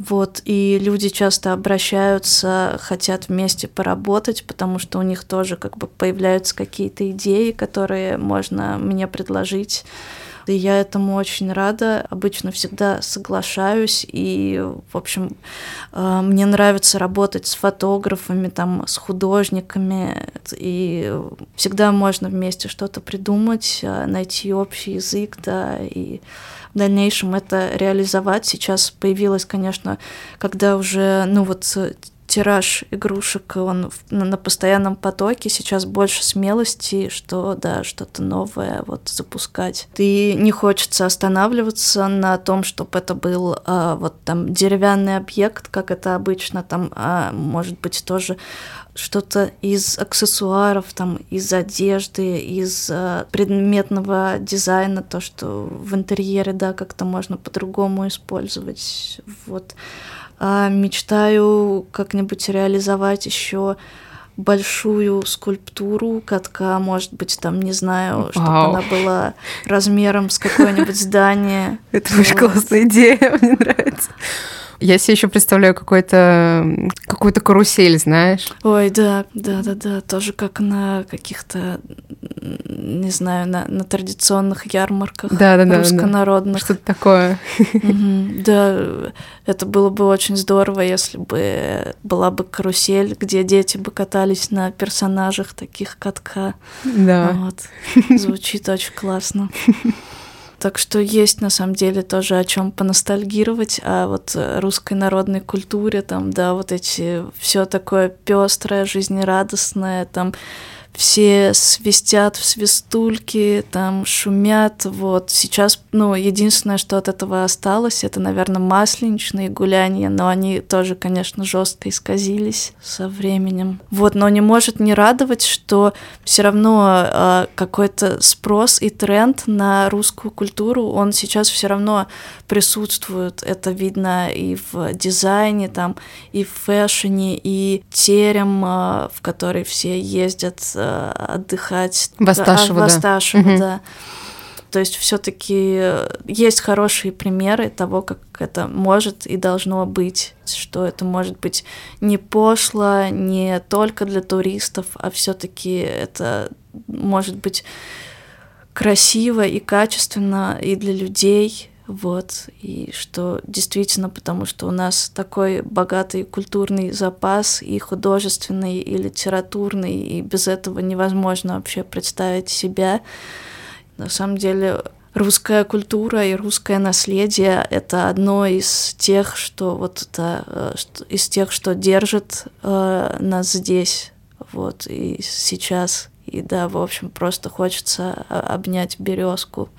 и люди часто обращаются, хотят вместе поработать, потому что у них тоже появляются какие-то идеи, которые можно мне предложить. И я этому очень рада, обычно всегда соглашаюсь, и, в общем, мне нравится работать с фотографами, с художниками, и всегда можно вместе что-то придумать, найти общий язык, и в дальнейшем это реализовать. Сейчас появилось, конечно, когда уже, тираж игрушек, он на постоянном потоке, сейчас больше смелости, что, что-то новое запускать. И не хочется останавливаться на том, чтобы это был деревянный объект, как это обычно, может быть тоже что-то из аксессуаров, из одежды, из предметного дизайна, то, что в интерьере, как-то можно по-другому использовать. Мечтаю как-нибудь реализовать еще большую скульптуру катка, может быть, не знаю, чтобы она была размером с какое-нибудь здание. Это очень классная идея, мне нравится. Я себе еще представляю какую-то карусель, знаешь? Ой, да, тоже как на каких-то, не знаю, на традиционных ярмарках руссконародных. Что-то такое. Да, это было бы очень здорово, если бы была бы карусель, где дети бы катались на персонажах таких катка. Да. Звучит очень классно. Так что есть, на самом деле, тоже о чем поностальгировать, о русской народной культуре, эти все такое пестрое, жизнерадостное, все свистят в свистульки, шумят, Сейчас, единственное, что от этого осталось, это, наверное, масленичные гуляния, но они тоже, конечно, жестко исказились со временем. Но не может не радовать, что все равно какой-то спрос и тренд на русскую культуру, он сейчас все равно присутствует. Это видно и в дизайне, и в фэшне, и терем, в который все ездят отдыхать. В Асташево, да. То есть все-таки есть хорошие примеры того, как это может и должно быть, что это может быть не пошло, не только для туристов, а все-таки это может быть красиво и качественно и для людей. И что действительно, потому что у нас такой богатый культурный запас, и художественный, и литературный, и без этого невозможно вообще представить себя. На самом деле, русская культура и русское наследие — это одно из тех, что что держит нас здесь, вот, и сейчас. И да, в общем, просто хочется обнять березку.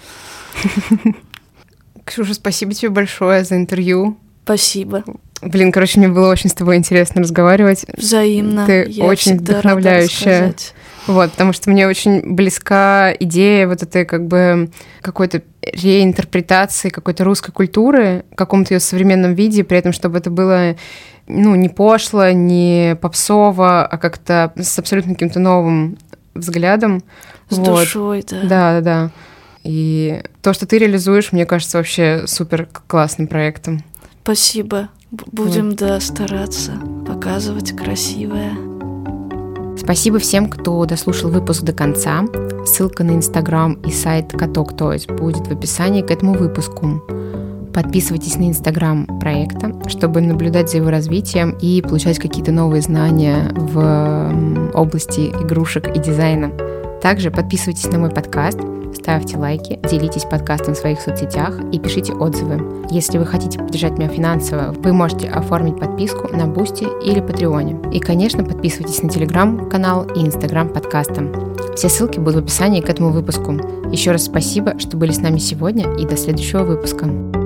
Ксюша, спасибо тебе большое за интервью. Спасибо. Блин, короче, мне было очень с тобой интересно разговаривать. Взаимно. Ты очень вдохновляющая. Вот, потому что мне очень близка идея вот этой как бы какой-то реинтерпретации какой-то русской культуры в каком-то ее современном виде, при этом чтобы это было не пошло, не попсово, а как-то с абсолютно каким-то новым взглядом. С душой, да. Да. И то, что ты реализуешь, мне кажется вообще супер классным проектом. Спасибо. Будем, стараться показывать красивое. Спасибо всем, кто дослушал выпуск до конца. Ссылка на Инстаграм и сайт Каток Тойс будет в описании к этому выпуску. Подписывайтесь на Инстаграм проекта, чтобы наблюдать за его развитием и получать какие-то новые знания в области игрушек и дизайна. Также подписывайтесь на мой подкаст, ставьте лайки, делитесь подкастом в своих соцсетях и пишите отзывы. Если вы хотите поддержать меня финансово, вы можете оформить подписку на Boosty или Патреоне. И, конечно, подписывайтесь на Телеграм-канал и Инстаграм подкаста. Все ссылки будут в описании к этому выпуску. Еще раз спасибо, что были с нами сегодня, и до следующего выпуска.